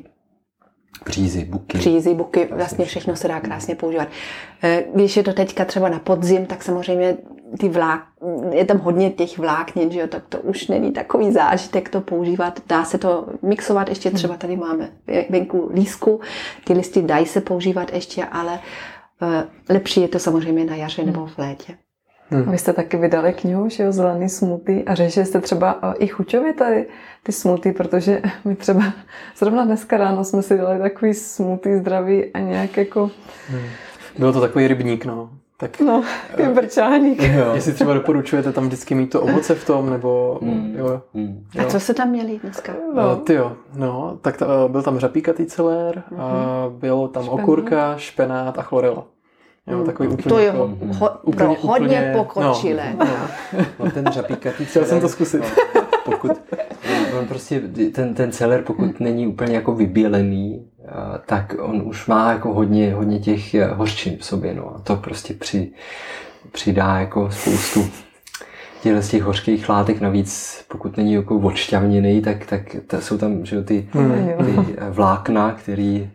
Břízy, buky, vlastně všechno se dá krásně používat. Když je to teďka třeba na podzim, tak samozřejmě je tam hodně těch vláknin, že jo, tak to už není takový zážitek to používat. Dá se to mixovat, ještě třeba tady máme venku lísku, ty listy dají se používat ještě, ale lepší je to samozřejmě na jaře nebo v létě. Vy jste taky vydali knihu, že jo, Zelený smoothie, a řešili jste třeba i chuťově tady ty smoothie, protože my třeba zrovna dneska ráno jsme si dali takový smoothie zdravý a nějak jako... Bylo to takový rybník, no. Tak, brčáník. Jestli třeba doporučujete tam vždycky mít to ovoce v tom, nebo... Jo. A co se tam měli dneska? Tak byl tam řapíkatý celér, bylo tam okurka, špenát a chlorela. Jo, takový úplně to je hodně pokročilé. No ten řapíkatý celér... Chtěl jsem to zkusit. On prostě, ten celér, pokud není úplně jako vybělený, tak on už má jako hodně těch hořčin v sobě, no. A to prostě přidá jako spoustu z těch hořkých látek. Navíc, pokud není jako odšťavněný, tak jsou tam, že jo, ty vlákna, který,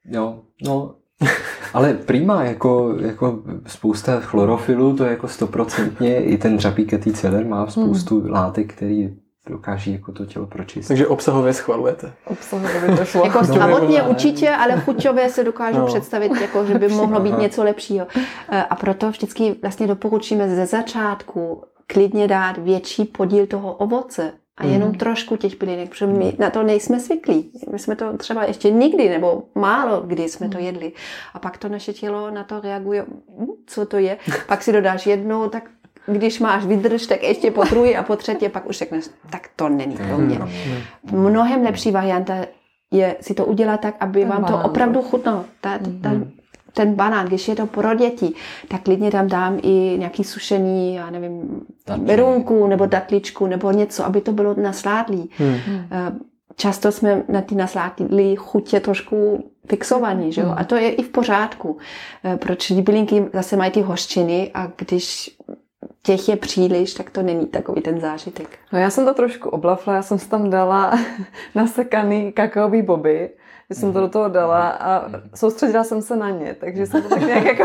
ale prima, jako spousta chlorofilu, to je jako 100%, i ten řapíkatý celér má spoustu látek, který dokáží jako to tělo pročistit. Takže obsahově schvalujete. Obsahově to šlo. Jako zdravotně určitě, ale chuťově se dokážu představit, jako, že by mohlo být něco lepšího. A proto vždycky vlastně doporučíme ze začátku klidně dát větší podíl toho ovoce a jenom trošku těch bylinek, protože my na to nejsme zvyklí. My jsme to třeba ještě nikdy, nebo málo kdy jsme to jedli. A pak to naše tělo na to reaguje, co to je. Pak si dodáš jednou, tak když máš vydrž, tak ještě po druhé a po třetí, pak už řekneš, tak to není pro mě. Mnohem lepší varianta je si to udělat tak, aby vám to opravdu chutnalo. Ten banán, když je to pro děti, tak klidně tam dám i nějaký sušený, já nevím, berunku nebo datličku nebo něco, aby to bylo nasládlý. Často jsme na ty nasládlý chutě trošku fixovaní, že jo? A to je i v pořádku. Protože ty bylinky zase mají ty hořčiny a když těch je příliš, tak to není takový ten zážitek. No já jsem to trošku oblafla, já jsem si tam dala nasekaný kakaový boby, že jsem to do toho dala a soustředila jsem se na ně, takže jsem to tak nějak jako...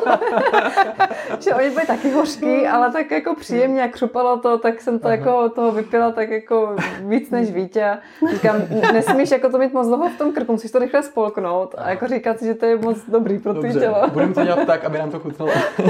že oni byli taky hořký, ale tak jako příjemně, jak křupalo to, tak jsem to jako toho vypila tak jako víc než Vítě. Říkám, nesmíš jako to mít moc dlouho v tom krku, musíš to rychle spolknout a jako říkat si, že to je moc dobrý pro tvý tělo. Budeme to dělat tak, aby nám to chutnalo.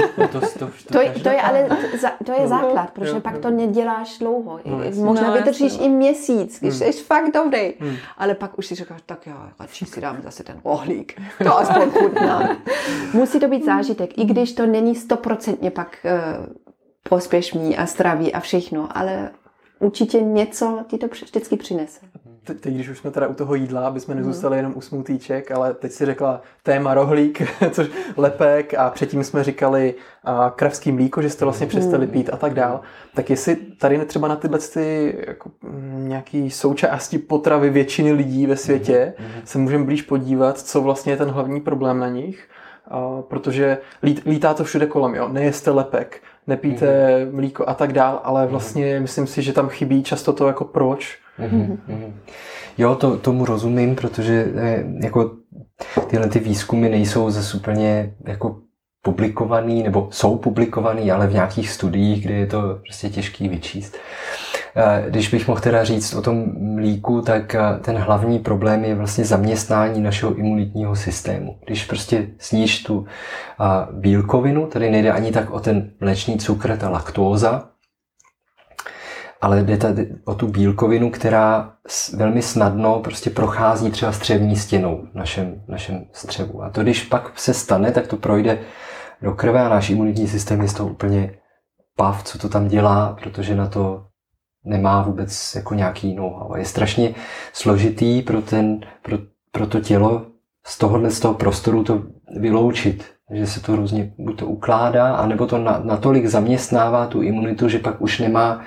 To je základ, protože pak to neděláš dlouho. Možná vydržíš i měsíc, když jsi fakt dobrý, ale pak už si říkáš, tak já radši si dám zase ten rohlík. To aspoň chutná. Musí to být zážitek, i když to není 100% pak prospěšný a zdravý a všechno, ale určitě něco ti to vždycky přinese. Teď, když už jsme teda u toho jídla, aby jsme nezůstali jenom u smoothíček, ale teď si řekla téma rohlík, což lepek a předtím jsme říkali kravský mlíko, že jste vlastně přestali pít a tak dál. Tak jestli tady třeba na tyhle jako nějaký součásti potravy většiny lidí ve světě se můžeme blíž podívat, co vlastně je ten hlavní problém na nich, protože lítá to všude kolem, jo? Nejeste lepek, nepijte mlíko a tak dál, ale vlastně myslím si, že tam chybí často to jako proč. Jo, tomu rozumím, protože jako tyhle ty výzkumy nejsou zase úplně jako publikovaný, nebo jsou publikovaný, ale v nějakých studiích, kde je to prostě těžký vyčíst. Když bych mohl teda říct o tom mlíku, tak ten hlavní problém je vlastně zaměstnání našeho imunitního systému. Když prostě sníš tu bílkovinu, tady nejde ani tak o ten mléčný cukr, ta laktóza, ale jde tady o tu bílkovinu, která velmi snadno prostě prochází třeba střevní stěnou v našem střevu. A to, když pak se stane, tak to projde do krve a náš imunitní systém je z toho úplně pav, co to tam dělá, protože na to nemá vůbec jako nějaký know-how. A je strašně složitý pro to tělo z toho prostoru to vyloučit. Že se to různě buď to ukládá, anebo to natolik zaměstnává tu imunitu, že pak už nemá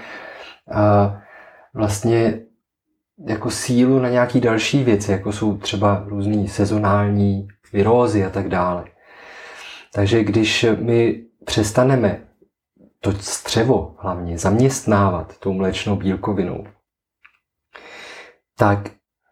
vlastně jako sílu na nějaký další věci, jako jsou třeba různý sezonální virózy a tak dále. Takže když my přestaneme to střevo hlavně zaměstnávat tou mléčnou bílkovinou, tak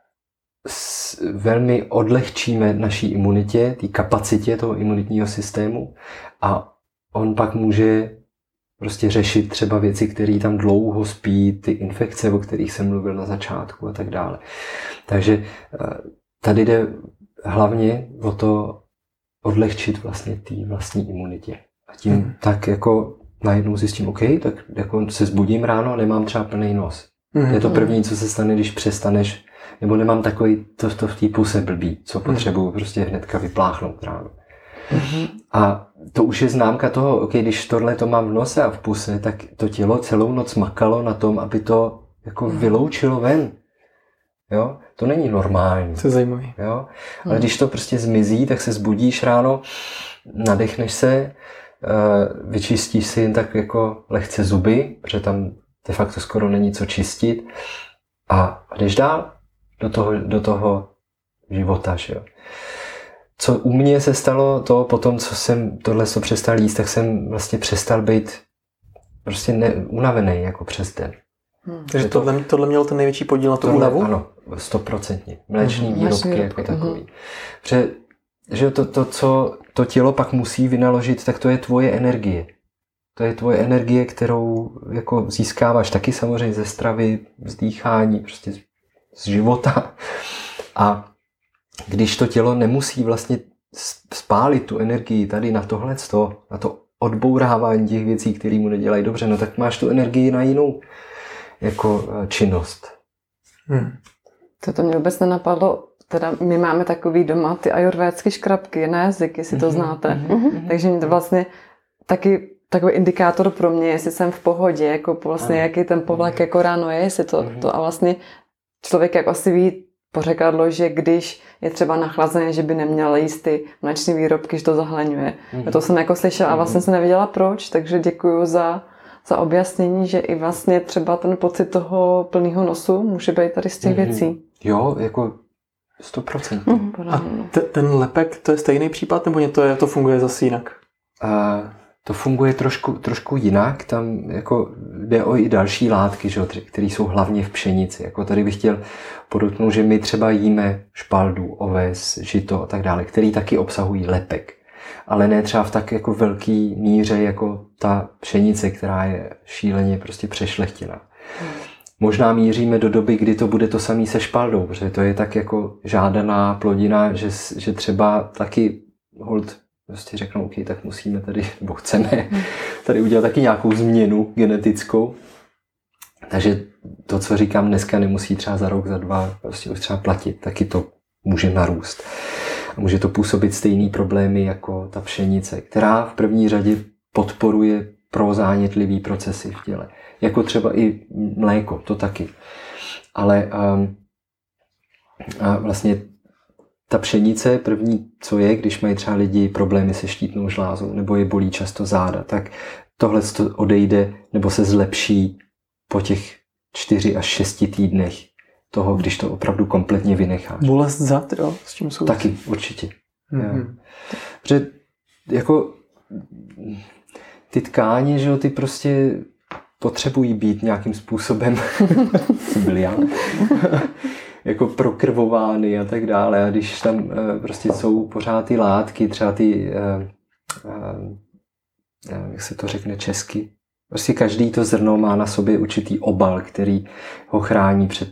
velmi odlehčíme naší imunitě, té kapacitě toho imunitního systému a on pak může prostě řešit třeba věci, které tam dlouho spí, ty infekce, o kterých jsem mluvil na začátku a tak dále. Takže tady jde hlavně o to odlehčit vlastně té vlastní imunitě. A tím tak jako najednou zjistím, OK, tak jako se zbudím ráno a nemám třeba plný nos. To je to první, co se stane, když přestaneš, nebo nemám takový to v té puse blbý, co potřebuju prostě hnedka vypláchnout ráno. A to už je známka toho, OK, když tohle to mám v nose a v puse, tak to tělo celou noc makalo na tom, aby to jako vyloučilo ven. Jo? To není normální. To je zajímavé. Jo? Ale když to prostě zmizí, tak se zbudíš ráno, nadechneš se, vyčistíš si jen tak jako lehce zuby, protože tam de facto skoro není co čistit a jdeš dál do toho života. Že jo? Co u mě se stalo, to potom, co jsem tohle přestal jíst, tak jsem vlastně přestal být prostě unavený jako přes den. Takže tohle mělo ten největší podíl na tu únavu? Ano, 100%. Mléčný výrobky jako takový. Protože že to, co to tělo pak musí vynaložit, tak to je tvoje energie. To je tvoje energie, kterou jako získáváš taky samozřejmě ze stravy, z dýchání, prostě z života. A když to tělo nemusí vlastně spálit tu energii tady na tohleto, na to odbourávání těch věcí, které mu nedělají dobře, no tak máš tu energii na jinou jako činnost. To mě vůbec nenapadlo. Teda my máme takový doma ty ajurvédské škrabky na jazyk, jestli to znáte. Takže mě to vlastně taky takový indikátor pro mě, jestli jsem v pohodě, jako vlastně jaký ten povlek jako ráno je, jestli to a vlastně člověk jako asi ví pořekadlo, že když je třeba nachlazený, že by neměl jíst ty mléčné výrobky, že to zahlaňuje. To jsem jako slyšela a vlastně jsem nevěděla proč, takže děkuju za objasnění, že i vlastně třeba ten pocit toho plného nosu může být tady z těch věcí. Jo, jako 100%. A ten lepek, to je stejný případ, nebo to funguje zase jinak? To funguje trošku jinak, tam jako jde o i další látky, které jsou hlavně v pšenici. Jako tady bych chtěl podotknout, že my třeba jíme špaldu, oves, žito a tak dále, který taky obsahují lepek. Ale ne třeba v tak jako velký míře jako ta pšenice, která je šíleně prostě přešlechtěná. Možná míříme do doby, kdy to bude to samé se špaldou, protože to je tak jako žádaná plodina, že třeba taky hold prostě řeknou, OK, tak musíme tady, nebo chceme tady udělat taky nějakou změnu genetickou. Takže to, co říkám dneska, nemusí třeba za rok, za dva prostě už třeba platit, taky to může narůst. A může to působit stejný problémy jako ta pšenice, která v první řadě podporuje prozánětlivý procesy v těle. Jako třeba i mléko, to taky. Ale vlastně ta pšenice, první, co je, když mají třeba lidi problémy se štítnou žlázou nebo je bolí často záda, tak tohle odejde nebo se zlepší po těch 4 až 6 týdnech toho, když to opravdu kompletně vynecháš. Bolest zad, jo? S čím jsou? Taky, určitě. Protože jako ty tkáně, že jo, ty prostě potřebují být nějakým způsobem byl já, jako prokrvovány a tak dále. A když tam prostě jsou pořád ty látky, třeba ty, jak se to řekne česky, prostě každý to zrno má na sobě určitý obal, který ho chrání před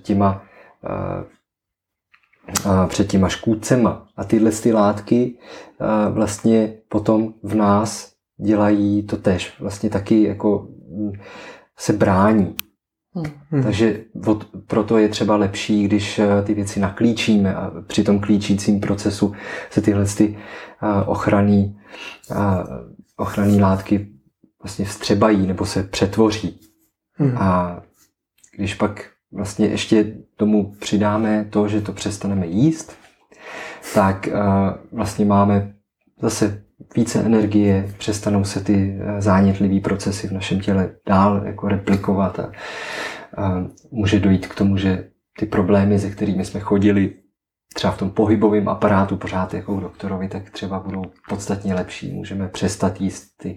těma škůdcema. A tyhle ty látky vlastně potom v nás dělají to též. Vlastně taky jako se brání. Takže proto je třeba lepší, když ty věci naklíčíme a při tom klíčícím procesu se tyhle ochranné látky vlastně vstřebají nebo se přetvoří. A když pak vlastně ještě tomu přidáme to, že to přestaneme jíst, tak vlastně máme zase více energie, přestanou se ty zánětlivé procesy v našem těle dál jako replikovat a může dojít k tomu, že ty problémy, se kterými jsme chodili třeba v tom pohybovém aparátu pořád jako u doktorovi, tak třeba budou podstatně lepší. Můžeme přestat jíst ty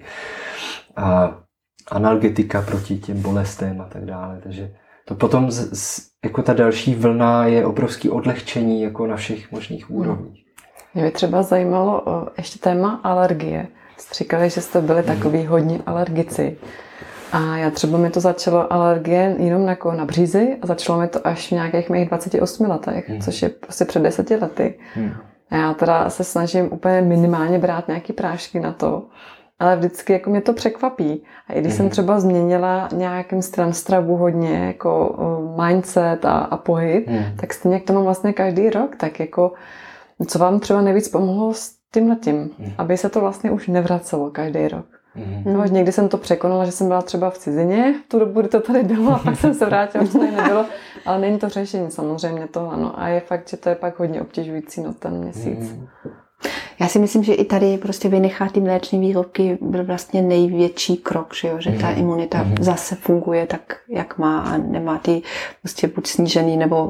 analgetika proti těm bolestem a tak dále. Takže to potom jako ta další vlna je obrovský odlehčení jako na všech možných úrovních. Mě by třeba zajímalo ještě téma alergie. Jste říkali, že jste byli takový hodně alergici. A já třeba mi to začalo alergie jenom jako na břízy a začalo mi to až v nějakých mých 28 letech, což je prostě před 10 lety. A já teda se snažím úplně minimálně brát nějaký prášky na to, ale vždycky jako mě to překvapí. A i když jsem třeba změnila nějakým stravu hodně jako mindset a pohyb, tak stejně jak to mám vlastně každý rok, tak jako co vám třeba nejvíc pomohlo s tímhletím, aby se to vlastně už nevracelo každý rok. No, někdy jsem to překonala, že jsem byla třeba v cizině, v tu dobu, kdy to tady bylo, a pak jsem se vrátila, už to tady nebylo, ale není to řešení samozřejmě to, ano. A je fakt, že to je pak hodně obtěžující ten měsíc. Já si myslím, že i tady prostě vynechat ty mléčné výrobky byl vlastně největší krok, že ta imunita zase funguje tak, jak má a nemá ty prostě buď snížený nebo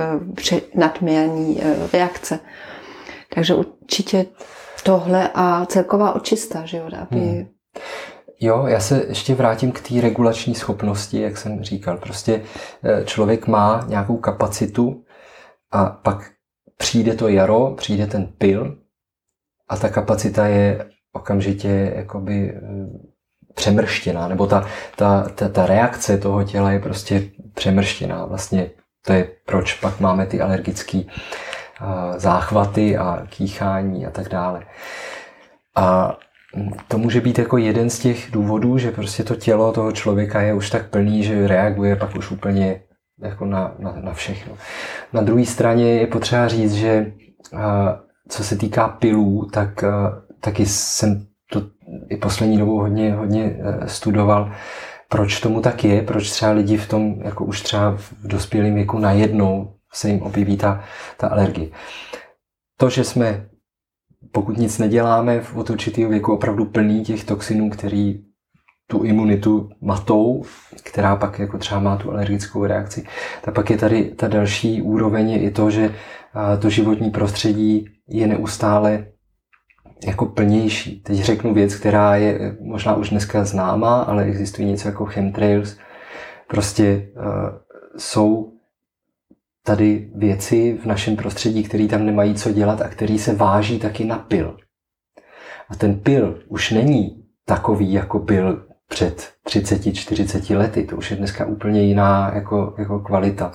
nadměrný reakce. Takže určitě tohle a celková očista, že jo, aby... Jo, já se ještě vrátím k té regulační schopnosti, jak jsem říkal. Prostě člověk má nějakou kapacitu a pak přijde to jaro, přijde ten pil a ta kapacita je okamžitě jakoby přemrštěná, nebo ta reakce toho těla je prostě přemrštěná. Vlastně to je, proč pak máme ty alergické záchvaty a kýchání a tak dále. A to může být jako jeden z těch důvodů, že prostě to tělo toho člověka je už tak plný, že reaguje pak už úplně jako na všechno. Na druhé straně je potřeba říct, že co se týká pilů, tak taky jsem to i poslední dobou hodně studoval, proč tomu tak je, proč třeba lidi v tom, jako už třeba v dospělém věku najednou se jim objeví ta alergie. To, že jsme, pokud nic neděláme, od určitého věku opravdu plný těch toxinů, který tu imunitu matou, která pak jako třeba má tu alergickou reakci, tak pak je tady ta další úroveň je i to, že to životní prostředí je neustále jako plnější. Teď řeknu věc, která je možná už dneska známá, ale existují něco jako chemtrails. Prostě jsou tady věci v našem prostředí, které tam nemají co dělat a který se váží taky na pil. A ten pil už není takový, jako byl před 30-40 lety. To už je dneska úplně jiná jako kvalita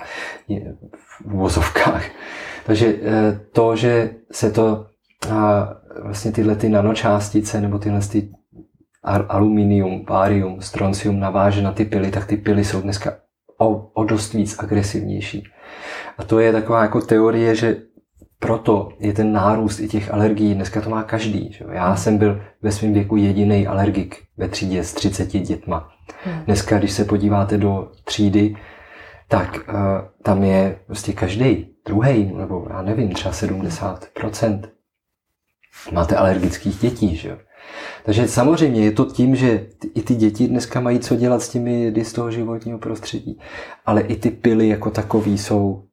v uvozovkách. Takže to, že se to vlastně tyhle ty nanočástice nebo tyhle ty aluminium, barium, stroncium naváže na ty pily, tak ty pily jsou dneska o dost víc agresivnější. A to je taková jako teorie, že proto je ten nárůst i těch alergií, dneska to má každý. Že? Já jsem byl ve svém věku jediný alergik ve třídě s 30 dětma. Dneska, když se podíváte do třídy, tak tam je prostě každý druhý, nebo já nevím, třeba 70% máte alergických dětí. Že? Takže samozřejmě je to tím, že i ty děti dneska mají co dělat s těmi jedy z toho životního prostředí, ale i ty pily jako takový jsou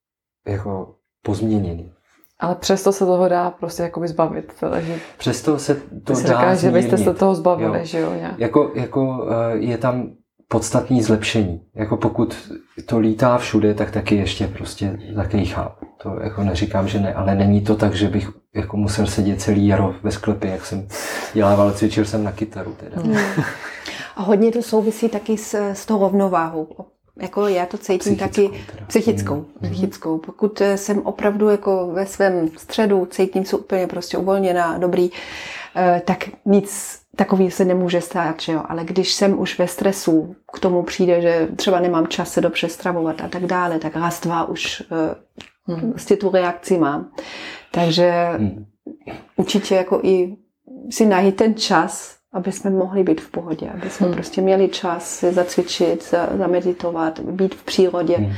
jako pozměněný. Ale přesto se toho dá prostě jakoby zbavit. Takže přesto se to dá říká, že byste se toho zbavili, jo. Že jo? Nějak. Jako je tam podstatný zlepšení. Jako pokud to lítá všude, tak taky ještě prostě zakejchám. To jako neříkám, že ne, ale není to tak, že bych jako musel sedět celý jaro ve sklepě, jak jsem dělával, cvičil jsem na kytaru teda. A hodně to souvisí taky s tou rovnováhou. Jako já to cítím taky psychickou. Pokud jsem opravdu jako ve svém středu, cítím se úplně prostě uvolněná, dobrý, tak nic takový se nemůže stát, že jo. Ale když jsem už ve stresu, k tomu přijde, že třeba nemám čas se dobře stravovat a tak dále, tak raz, dva už vlastně tu reakci mám. Takže určitě jako i si najít ten čas, aby jsme mohli být v pohodě, aby jsme prostě měli čas se zacvičit, zameditovat, být v přírodě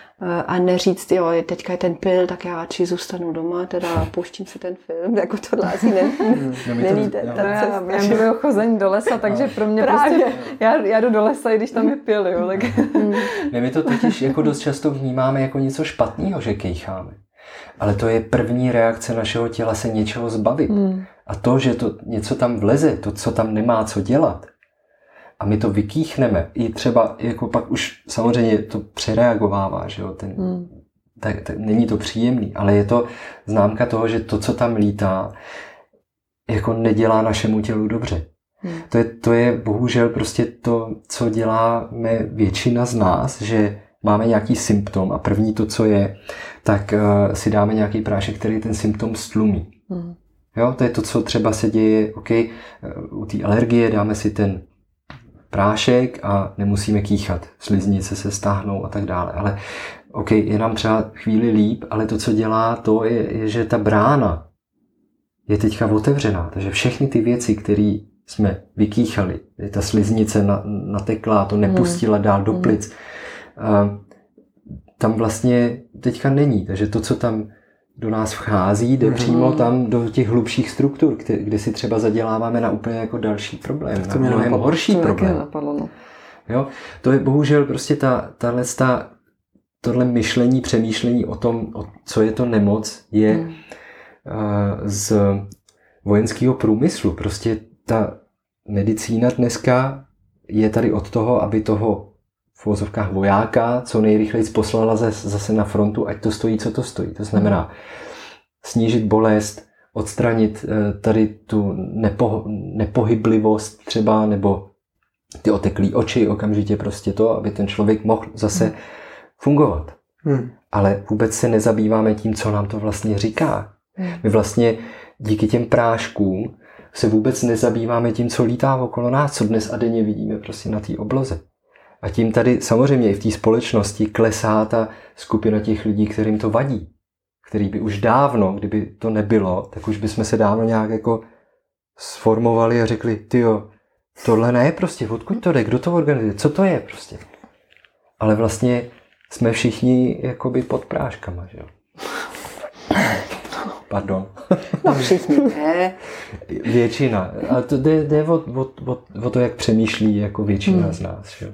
a neříct, jo, teďka je ten pil, tak já radši zůstanu doma, teda pouštím si ten film, jako tohle asi není ta cesta. Já miluji chození do lesa, takže pro mě prostě, já jdu do lesa, i když tam je pil, jo. Tak. My to totiž jako dost často vnímáme jako něco špatného, že kejcháme. Ale to je první reakce našeho těla se něčeho zbavit. A to, že to něco tam vleze, to, co tam nemá co dělat, a my to vykýchneme, i třeba jako pak už samozřejmě to přereagovává, že jo, tak není to příjemný, ale je to známka toho, že to, co tam lítá, jako nedělá našemu tělu dobře. To je bohužel prostě to, co děláme většina z nás, že máme nějaký symptom a první to, co je, tak si dáme nějaký prášek, který ten symptom stlumí. Jo, to je to, co třeba se děje, u té alergie dáme si ten prášek a nemusíme kýchat, sliznice se stáhnou a tak dále, ale je nám třeba chvíli líp, ale to, co dělá, to je, že ta brána je teďka otevřená, takže všechny ty věci, které jsme vykýchali, ta sliznice natekla, to nepustila dál do plic, tam vlastně teďka není, takže to, co tam do nás vchází, jde přímo tam do těch hlubších struktur, kde si třeba zaděláváme na úplně jako další problém, na mnohem horší problém. Jo? To je bohužel prostě tohle myšlení, přemýšlení o tom, co je to nemoc, je z vojenského průmyslu. Prostě ta medicína dneska je tady od toho, aby toho v uvozovkách vojáka co nejrychleji poslala zase na frontu, ať to stojí, co to stojí. To znamená snížit bolest, odstranit tady tu nepohyblivost třeba, nebo ty oteklý oči, okamžitě prostě to, aby ten člověk mohl zase fungovat. Ale vůbec se nezabýváme tím, co nám to vlastně říká. My vlastně díky těm práškům se vůbec nezabýváme tím, co lítá okolo nás, co dnes a denně vidíme prostě na té obloze. A tím tady samozřejmě i v té společnosti klesá ta skupina těch lidí, kterým to vadí. Který by už dávno, kdyby to nebylo, tak už bychom se dávno nějak jako sformovali a řekli, tyjo, tohle ne prostě, odkud to jde, kdo to organizuje, co to je prostě. Ale vlastně jsme všichni jakoby pod práškama, že jo. Pardon. No všichni ne. Většina. A to jde o to, jak přemýšlí jako většina z nás, že jo.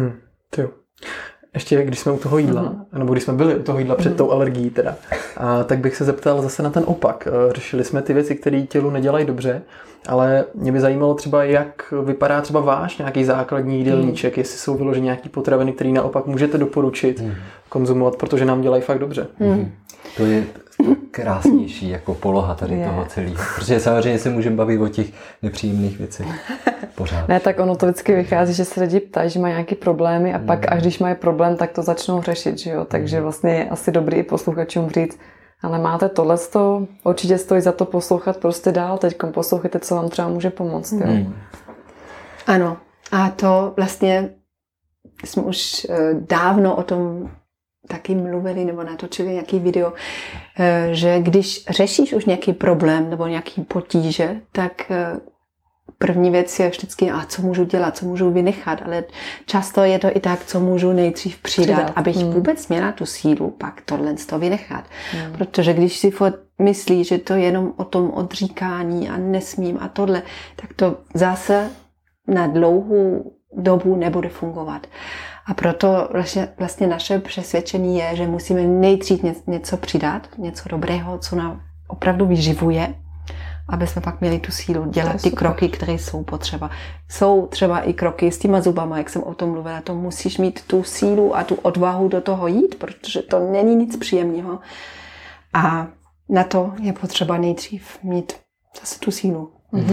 Ještě když jsme u toho jídla, nebo když jsme byli u toho jídla před tou alergií teda, tak bych se zeptal zase na ten opak. Řešili jsme ty věci, které tělu nedělají dobře, ale mě by zajímalo třeba, jak vypadá třeba váš nějaký základní jídelníček, jestli jsou vyložené nějaké potraviny, které naopak můžete doporučit konzumovat, protože nám dělají fakt dobře. To je krásnější jako poloha tady toho celého. Protože samozřejmě se můžeme bavit o těch nepříjemných věcech. Pořád. Ne, tak ono to vždycky vychází, že se lidi ptají, že mají nějaké problémy a pak, až když mají problém, tak to začnou řešit, že jo. Takže vlastně je asi dobrý i posluchačům říct, ale máte tohleto, určitě stojí za to poslouchat prostě dál, teďkom poslouchejte, co vám třeba může pomoct, jo. Ano, a to vlastně jsme už dávno o tom taky mluvili nebo natočili nějaký video, že když řešíš už nějaký problém nebo nějaký potíže, tak první věc je vždycky, co můžu dělat, co můžu vynechat, ale často je to i tak, co můžu nejdřív přidat. Abych vůbec měla tu sílu pak tohle z toho vynechat. Protože když si myslí, že to je jenom o tom odříkání a nesmím a tohle, tak to zase na dlouhou dobu nebude fungovat. A proto vlastně naše přesvědčení je, že musíme nejdřív něco přidat, něco dobrého, co nám opravdu vyživuje, aby jsme pak měli tu sílu dělat ty kroky, které jsou potřeba. Jsou třeba i kroky s těma zubama, jak jsem o tom mluvila. To musíš mít tu sílu a tu odvahu do toho jít, protože to není nic příjemného. A na to je potřeba nejdřív mít zase tu sílu.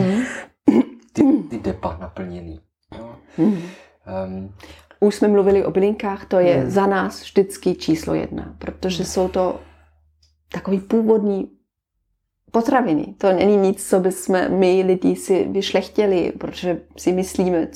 Ty depa naplněný. Už jsme mluvili o bylinkách, to je za nás vždycky číslo 1, protože jsou to takový původní potraviny. To není nic, co bychom my lidi si vyšlechtili, protože si myslíme,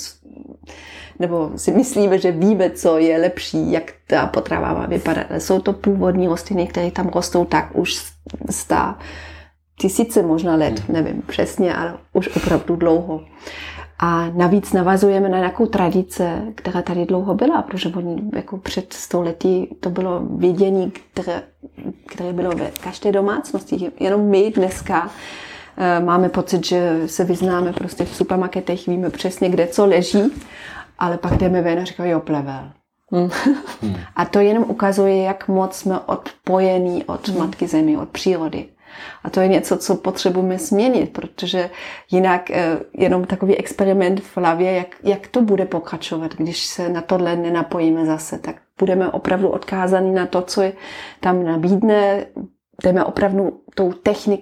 že víme, co je lepší, jak ta potrava má vypadat. Jsou to původní rostliny, které tam rostou tak už 100 000 možná let, nevím přesně, ale už opravdu dlouho. A navíc navazujeme na nějakou tradice, která tady dlouho byla, protože oni jako před 100 lety to bylo vědění, které bylo ve každé domácnosti. Jenom my dneska máme pocit, že se vyznáme prostě v supermarketech, víme přesně, kde co leží, ale pak jdeme ven a říkají, jo, plevel. A to jenom ukazuje, jak moc jsme odpojení od Matky Zemi, od přírody. A to je něco, co potřebujeme změnit, protože jinak jenom takový experiment v hlavě, jak to bude pokračovat, když se na tohle nenapojíme zase, tak budeme opravdu odkázaní na to, co je tam nabídne, jdeme opravdu tou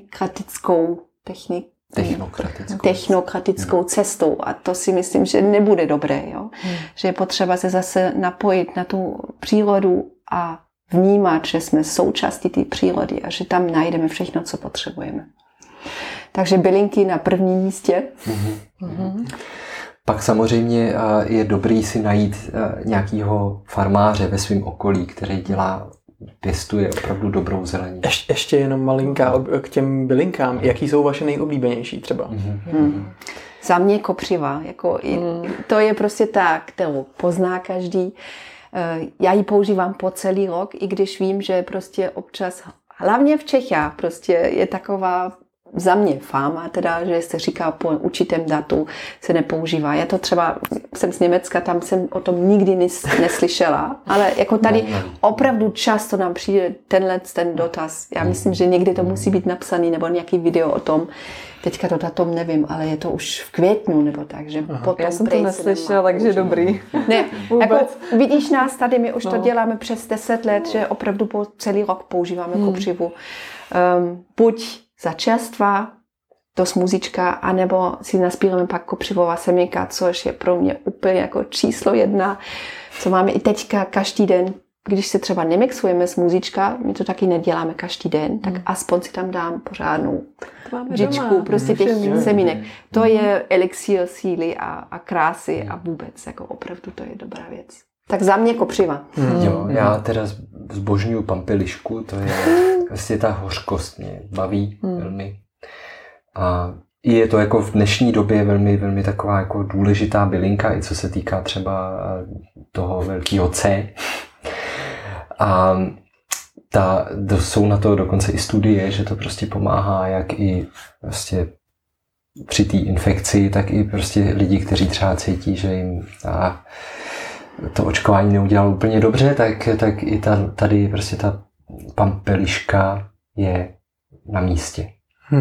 technokratickou cestou a to si myslím, že nebude dobré, jo? Že je potřeba se zase napojit na tu přírodu a vnímat, že jsme součástí té přírody a že tam najdeme všechno, co potřebujeme. Takže bylinky na prvním místě. Pak samozřejmě je dobrý si najít nějakého farmáře ve svém okolí, který pěstuje opravdu dobrou zelení. Ještě jenom malinká k těm bylinkám. Jaký jsou vaše nejoblíbenější třeba? Za mě kopřiva. To je prostě ta, kterou pozná každý. Já ji používám po celý rok, i když vím, že prostě občas, hlavně v Čechách, prostě je taková za mě fáma, teda, že se říká po určitém datu se nepoužívá. Já to třeba, jsem z Německa, tam jsem o tom nikdy neslyšela, ale jako tady opravdu často nám přijde ten dotaz. Já myslím, že někdy to musí být napsaný nebo nějaký video o tom. Teďka to datum nevím, ale je to už v květnu nebo tak, že potom já jsem to neslyšela, takže dobrý. Ne, jako vidíš nás tady, my už to děláme přes 10 let, že opravdu po celý rok používáme kopřivu. Buď za čerstva, do smůzička, anebo si naspíráme pak kopřivová semínka, což je pro mě úplně jako číslo 1, co máme i teďka každý den. Když se třeba nemixujeme smůzička, my to taky neděláme každý den, tak aspoň si tam dám pořádnou žičku, prostě těch semínek. To je elixír síly a krásy a vůbec, jako opravdu to je dobrá věc. Tak za mě kopřiva. Jo, já teda zbožňuju pampelišku, to je vlastně ta hořkost mě baví velmi. A je to jako v dnešní době velmi, velmi taková jako důležitá bylinka, i co se týká třeba toho velkého C. A jsou na to dokonce i studie, že to prostě pomáhá jak i prostě při té infekci, tak i prostě lidi, kteří třeba cítí, že jim to očkování neudělalo úplně dobře, tak i tady prostě ta pampeliška je na místě.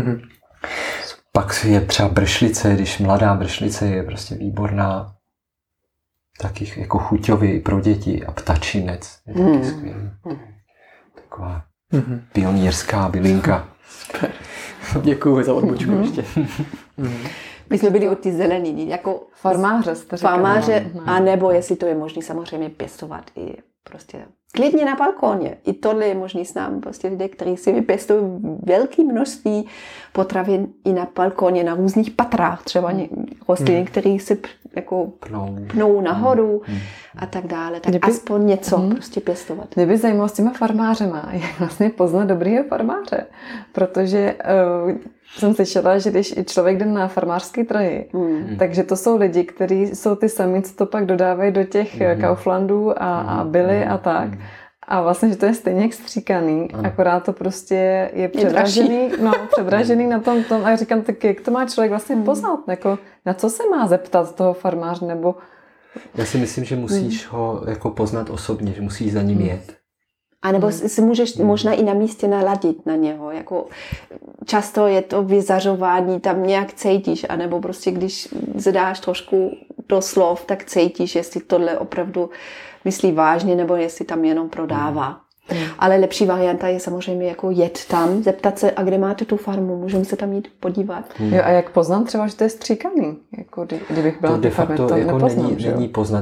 Pak je třeba bršlice, když mladá bršlice je prostě výborná, taky jako chuťově i pro děti a ptačinec je taky skvělý. Taková pionýrská bylinka. Super. Děkuji za odbočku ještě. My jsme byli od té zeleniny, jako farmáře, a nebo jestli to je možné samozřejmě pěstovat i prostě klidně na balkóně. I tohle je možný znám prostě lidé, kteří si vypěstují velké množství potravin i na balkóně, na různých patrách, třeba rostliny, které si jako pnou nahoru a tak dále. Tak aspoň něco prostě pěstovat. Mě by zajímalo s těma farmářema, jak vlastně poznat dobrýho farmáře. Protože jsem slyšela, že když člověk jde na farmářské trhy, takže to jsou lidi, kteří jsou ty sami, co to pak dodávají do těch Kauflandů a Billy a tak. A vlastně, že to je stejně jak stříkaný, akorát to prostě je předražený na tom. A já říkám, tak jak to má člověk vlastně poznat? Jako, na co se má zeptat toho farmáře? Nebo... Já si myslím, že musíš ho jako poznat osobně, že musíš za ním jet. A nebo si můžeš možná i na místě naladit na něho. Jako často je to vyzařování, tam nějak cítíš, anebo prostě když zadáš trošku do slov, tak cítíš, jestli tohle opravdu myslí vážně, nebo jestli tam jenom prodává. Ale lepší varianta je samozřejmě jako jet tam, zeptat se, a kde máte tu farmu, můžeme se tam jít podívat. Jo, a jak poznám třeba, že to je stříkaný? Jako, kdybych byla to de facto to jako nepoznám, není poznat.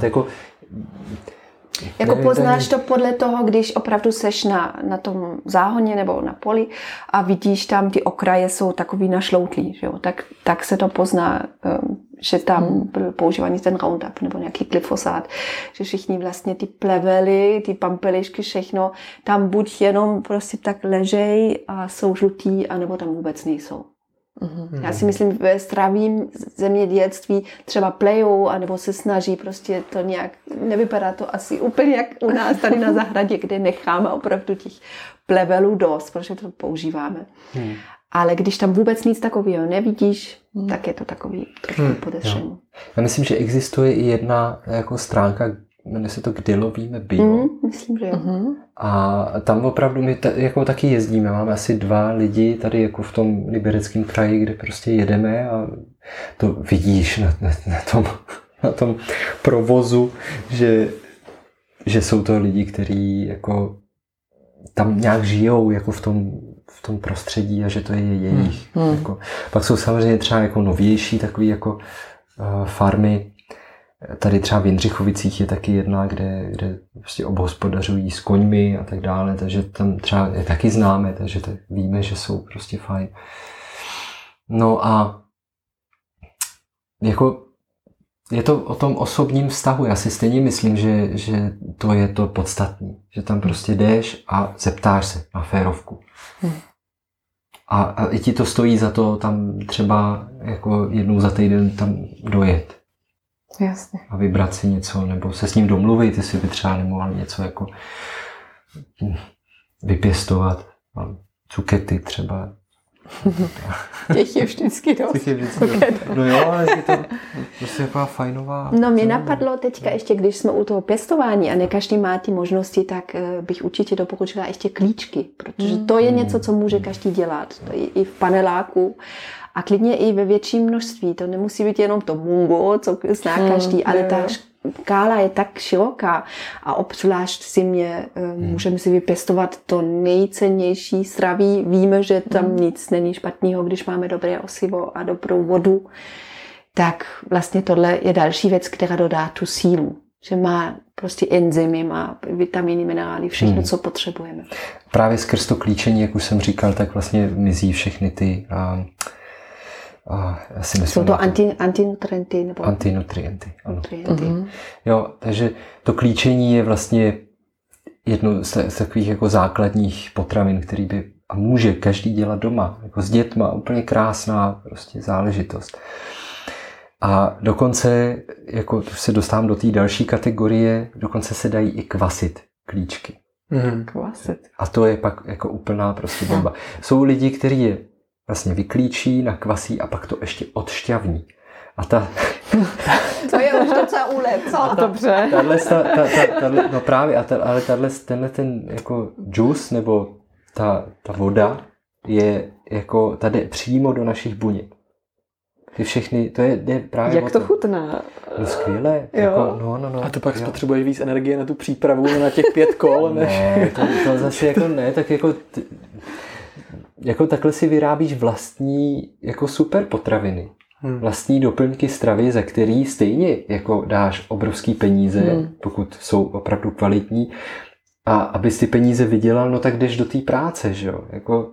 Jako poznáš to podle toho, když opravdu seš na tom záhoně nebo na poli a vidíš tam, ty okraje jsou takový našloutlý, že jo? Tak se to pozná, že tam byl používaný ten Roundup nebo nějaký glyfosát, že všichni vlastně ty plevely, ty pampelišky, všechno tam buď jenom prostě tak ležej a jsou žlutý, anebo tam vůbec nejsou. Já si myslím, ve zdravým zemědělství třeba plejou, anebo se snaží prostě to nějak, nevypadá to asi úplně jak u nás tady na zahradě, kde necháme opravdu těch plevelů dost, protože to používáme. Ale když tam vůbec nic takového nevidíš, tak je to takový trošku podezření. Já myslím, že existuje i jedna jako stránka, jmenuje se to Kde lovíme bio. Myslím, že jo. A tam opravdu my jako taky jezdíme. Máme asi 2 lidi tady jako v tom Libereckém kraji, kde prostě jedeme a to vidíš na tom provozu, že jsou to lidi, kteří jako tam nějak žijou jako v tom prostředí a že to je jejich. Jako. Pak jsou samozřejmě třeba jako novější takový jako farmy. Tady třeba v Jindřichovicích je taky jedna, kde prostě obhospodařují s koňmi a tak dále, takže tam třeba je taky známe, takže víme, že jsou prostě fajn. No a jako je to o tom osobním vztahu. Já si stejně myslím, že to je to podstatné, že tam prostě jdeš a zeptáš se na férovku. A i ti to stojí za to tam třeba jako jednou za týden tam dojet. Jasně. A vybrat si něco, nebo se s ním domluvit, jestli by třeba nemohl něco jako vypěstovat. Cukety třeba. Těch je vždycky dost. No jo, ale je to prostě taková fajnová. No mě napadlo teďka ještě, když jsme u toho pěstování a ne každý má ty možnosti, tak bych určitě doporučila ještě klíčky, protože to je něco, co může každý dělat. To je i v paneláku a klidně i ve větším množství. To nemusí být jenom to mungo, co zná každý, ale ta škála je tak široká a obzvlášť v zimě můžeme si vypěstovat to nejcennější zdraví. Víme, že tam nic není špatného, když máme dobré osivo a dobrou vodu. Tak vlastně tohle je další věc, která dodá tu sílu. Že má prostě enzymy, má vitaminy, minerály, všechno, co potřebujeme. Právě skrz to klíčení, jak už jsem říkal, tak vlastně mizí všechny ty jsou to antinutrienty? Nebo... Antinutrienty, ano. Jo, takže to klíčení je vlastně jedno z takových jako základních potravin, který by a může každý dělat doma, jako s dětma, úplně krásná prostě záležitost. A dokonce, jako se dostávám do té další kategorie, dokonce se dají i kvasit klíčky. Kvasit. A to je pak jako úplná prostě bomba. Jsou lidi, kteří je vlastně vyklíčí, nakvasí a pak to ještě odšťavní. A ta... To je už docela úlet, co? Dobře. No právě, ale tenhle ten jako džus nebo ta voda je jako tady přímo do našich buněk. Ty všechny, to je právě... Jak to chutná? No skvěle. Jo. Jako, no. A to pak spotřebuješ víc energie na tu přípravu, na těch 5 kol, než... Ne, to zase jako ne, tak jako takhle si vyrábíš vlastní jako super potraviny. Vlastní doplňky stravy, za který stejně jako dáš obrovský peníze, pokud jsou opravdu kvalitní, A abys ty peníze vydělal, no tak jdeš do té práce, že jo? Jako,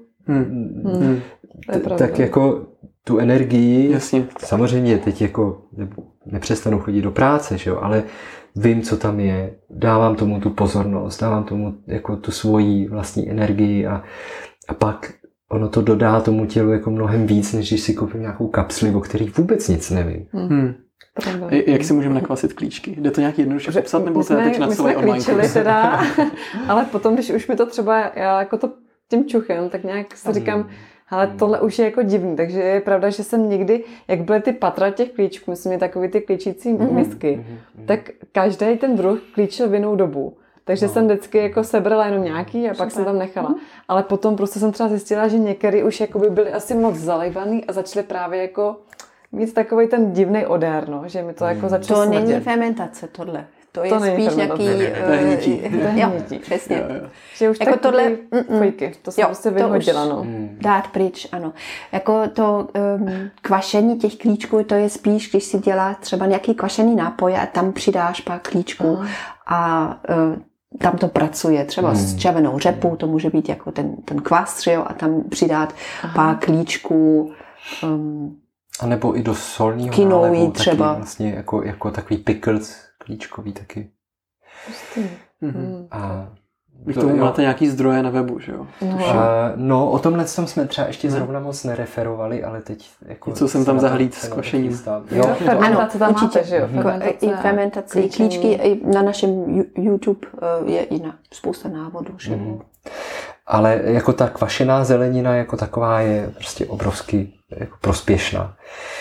tak jako tu energii, jasně. Samozřejmě teď jako nepřestanu chodit do práce, že jo? Ale vím, co tam je, dávám tomu tu pozornost, dávám tomu jako tu svoji vlastní energii a pak ono to dodá tomu tělu jako mnohem víc, než když si koupím nějakou kapsli, o který vůbec nic nevím. Jak si můžeme nakvasit klíčky? Jde to nějak jednoduše popsat, nebo to je teď na celý online kurz? Teda, ale potom, když už mi to třeba, já jako to tím čuchem, tak nějak si říkám, ale tohle už je jako divný, takže je pravda, že jsem někdy, jak byly ty patra těch klíčků, myslím, takový ty klíčící misky, tak každý ten druh klíčil v jinou dobu. Takže jsem vždycky jako sebrala jenom nějaký a pak jsem tam nechala. Ale potom prostě jsem třeba zjistila, že některý už jakoby byly asi moc zalejvaný a začaly právě jako mít takový ten divný odér, no, že mi to jako začalo smrdět. To není fermentace tohle. To je spíš nějaký... To je hnití. Jo, přesně. Jo. Že už jako tohle fojky, to jsem prostě vyhodila, no. Dát pryč, ano. Jako to kvašení těch klíčků, to je spíš, když si dělá třeba nějaký kvašený nápoj a tam přidáš pár klíčků a tam to pracuje. Třeba s červenou řepou, to může být jako ten kvas, jo, a tam přidat pár klíčků. A nebo i do solního kinoví nálevu třeba. Taky vlastně jako takový pickles klíčkový taky. A Vy k tomu máte nějaký zdroje na webu, že jo? No, o tomhle jsme třeba ještě zrovna moc nereferovali, ale teď jako... Co jsem tam zahlíd s kvašením. Fermentace tam máte, že jo? I fermentace, i klíčky, i na našem YouTube je i spousta návodů, že jo? Ale jako ta kvašená zelenina jako taková je prostě obrovsky jako prospěšná.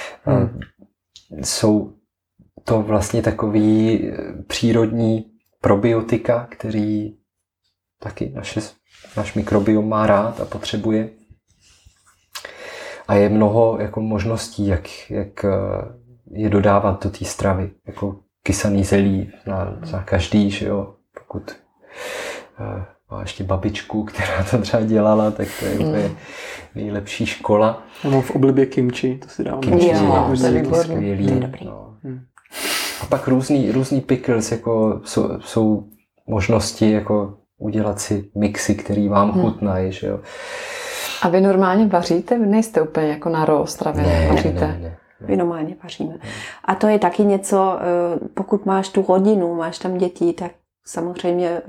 Jsou to vlastně takový přírodní probiotika, který taky náš mikrobiom má rád a potřebuje. A je mnoho jako možností, jak je dodávat do té stravy. Jako kysaný zelí na každý, že jo. Pokud má ještě babičku, která to třeba dělala, tak to je úplně nejlepší škola. Já mám v oblibě kimchi, to si dávám. Kimchi je skvělý. No. A pak různý pickles, jako jsou možnosti jako udělat si mixy, který vám chutnají, že jo. A vy normálně vaříte? Vy nejste úplně jako na raw stravě, vaříte? Ne. My normálně vaříme. A to je taky něco, pokud máš tu rodinu, máš tam děti, tak samozřejmě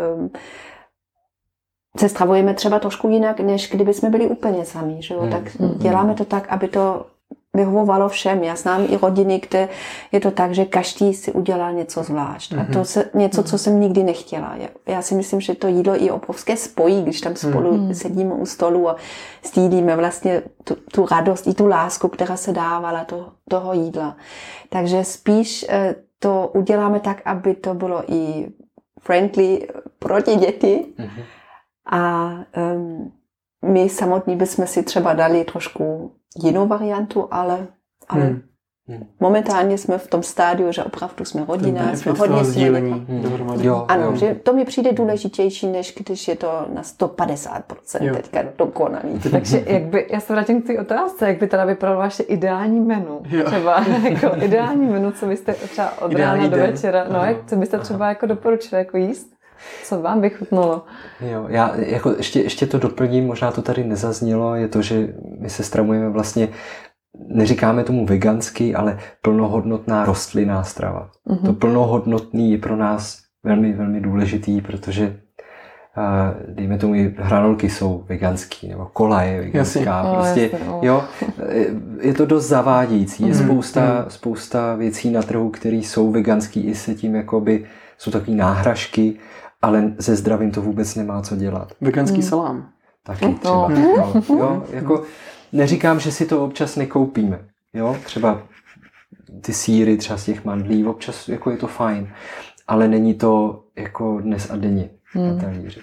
se stravujeme třeba trošku jinak, než kdyby jsme byli úplně sami, že jo? Tak děláme to tak, aby to vyhovovalo všem. Já znám i rodiny, kde je to tak, že každý si udělá něco zvlášť. A to něco, co jsem nikdy nechtěla. Já si myslím, že to jídlo i obrovské spojí, když tam spolu sedíme u stolu a sdílíme vlastně tu radost i tu lásku, která se dávala do toho jídla. Takže spíš to uděláme tak, aby to bylo i friendly pro ty děti. A my samotní bychom si třeba dali trošku jinou variantu, ale momentálně jsme v tom stádiu, že opravdu jsme rodina, jsme hodně sdílení. Ano, že to mi přijde důležitější, než když je to na 150% teďka dokonalý. Takže já se vrátím k té otázce, jak by teda vypadalo vaše ideální menu. Třeba jako ideální menu, co byste třeba od rána do večera, co byste třeba jako doporučili jako jíst? Co vám vychutnalo? Jo, já jako ještě to doplním, možná to tady nezaznělo, je to, že my se stravujeme vlastně, neříkáme tomu vegansky, ale plnohodnotná rostlinná strava. To plnohodnotný je pro nás velmi, velmi důležitý, protože dejme tomu i hranolky jsou veganský, nebo kola je veganská. Prostě, jo, je to dost zavádějící. Je spousta věcí na trhu, které jsou veganský, i se tím jakoby jsou takové náhražky, ale se zdravím to vůbec nemá co dělat. Veganský salám. Taky třeba. Jo, jako neříkám, že si to občas nekoupíme. Jo, třeba ty sýry třeba z těch mandlí, občas jako je to fajn, ale není to jako dnes a denně na talíři.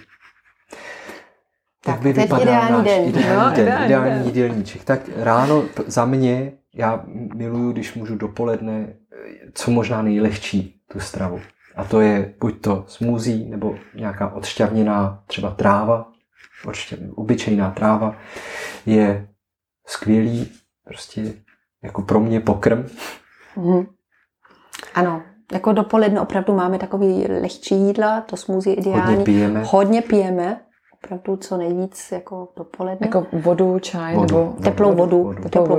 Tak by teď vypadal ideální náš den. ideální jídelníček. Tak ráno za mě, já miluju, když můžu dopoledne, co možná nejlehčí tu stravu. A to je buď to smoothie, nebo nějaká odšťavněná třeba tráva, obyčejná tráva, je skvělý, prostě jako pro mě pokrm. Ano, Jako dopoledne opravdu máme takový lehčí jídla, to smoothie ideální. Hodně pijeme. Opravdu co nejvíc jako dopoledne. Jako vodu, čaj nebo teplou vodu.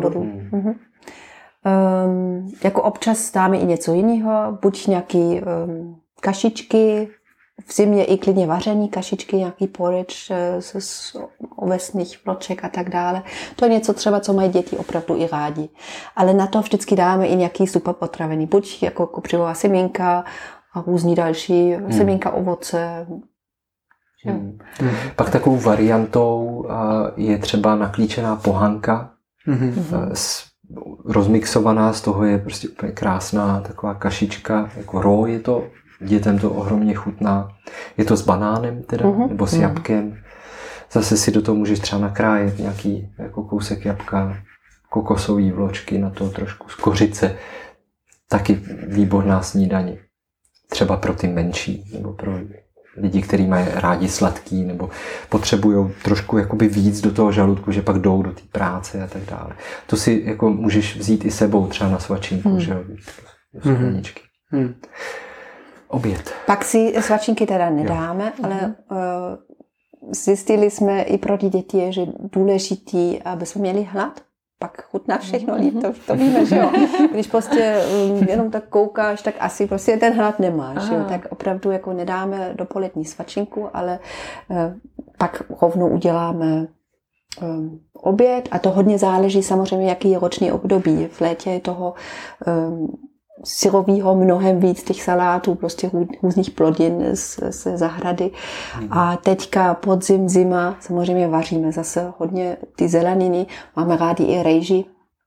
Jako občas dáme i něco jiného, buď nějaký kašičky, v zimě i klidně vařený kašičky, nějaký porridge z ovesných vloček a tak dále. To je něco třeba, co mají děti opravdu i rádi. Ale na to vždycky dáme i nějaký super potraviny, buď jako kopřivová semínka a různý další semínka, ovoce. Pak takovou variantou je třeba naklíčená pohanka, rozmixovaná, z toho je prostě úplně krásná taková kašička, jako raw je to, dětem to ohromně chutná. Je to s banánem teda, nebo s jabkem. Zase si do toho můžeš třeba nakrájet nějaký jako kousek jabka, kokosový vločky, na to trošku z kořice. Taky výborná snídaně. Třeba pro ty menší, nebo pro lidi, kteří mají rádi sladký, nebo potřebují trošku jakoby víc do toho žaludku, že pak jdou do té práce a tak dále. To si jako můžeš vzít i sebou třeba na svačinku, že jo, do skleničky. Oběd. Pak si svačinky teda nedáme, ale zjistili jsme i pro ty děti, že důležitý, aby jsme měli hlad. Pak chutná všechno líp, to víme, že jo. Když prostě jenom tak koukáš, tak asi prostě ten hlad nemáš, jo. Tak opravdu jako nedáme dopolední svačinku, ale pak rovnou uděláme oběd a to hodně záleží samozřejmě, jaký je roční období. V létě je toho syrovýho mnohem víc, těch salátů, prostě různých plodin ze zahrady. A teďka podzim, zima, samozřejmě vaříme zase hodně ty zeleniny. Máme rádi i rejži.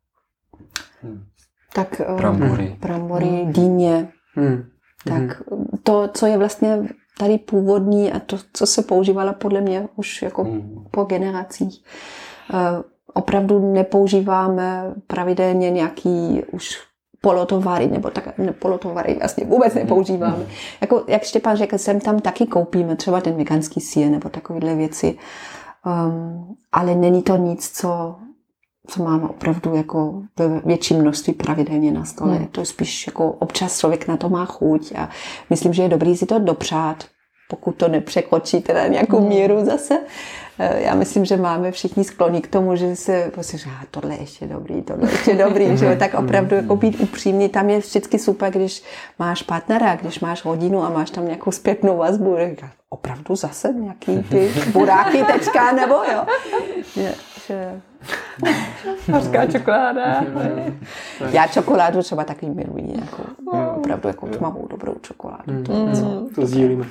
Tak brambory, dýně. Tak to, co je vlastně tady původní a to, co se používalo podle mě už jako po generacích. Opravdu nepoužíváme pravidelně nějaký už polotovary, nebo tak polotovary vlastně vůbec nepoužíváme. Jako, jak Štěpán řekl, sem tam taky koupíme třeba ten veganský sýr nebo takovéhle věci, ale není to nic, co máme opravdu jako ve větším množství pravidelně na stole. To je spíš jako občas člověk na to má chuť a myslím, že je dobrý si to dopřát, pokud to nepřekročí teda nějakou míru zase. Já myslím, že máme všichni skloní k tomu, že se prostě říká, tohle je ještě dobrý, že tak opravdu jako být upřímný. Tam je vždycky super, když máš partnera, když máš rodinu a máš tam nějakou zpětnou vazbu, říká, opravdu zase nějaký ty buráky teďka, nebo jo. Že hořká čokoláda. Já čokoládu třeba taky miluji, jako, opravdu jako tmavou dobrou čokoládu. To sdílíme.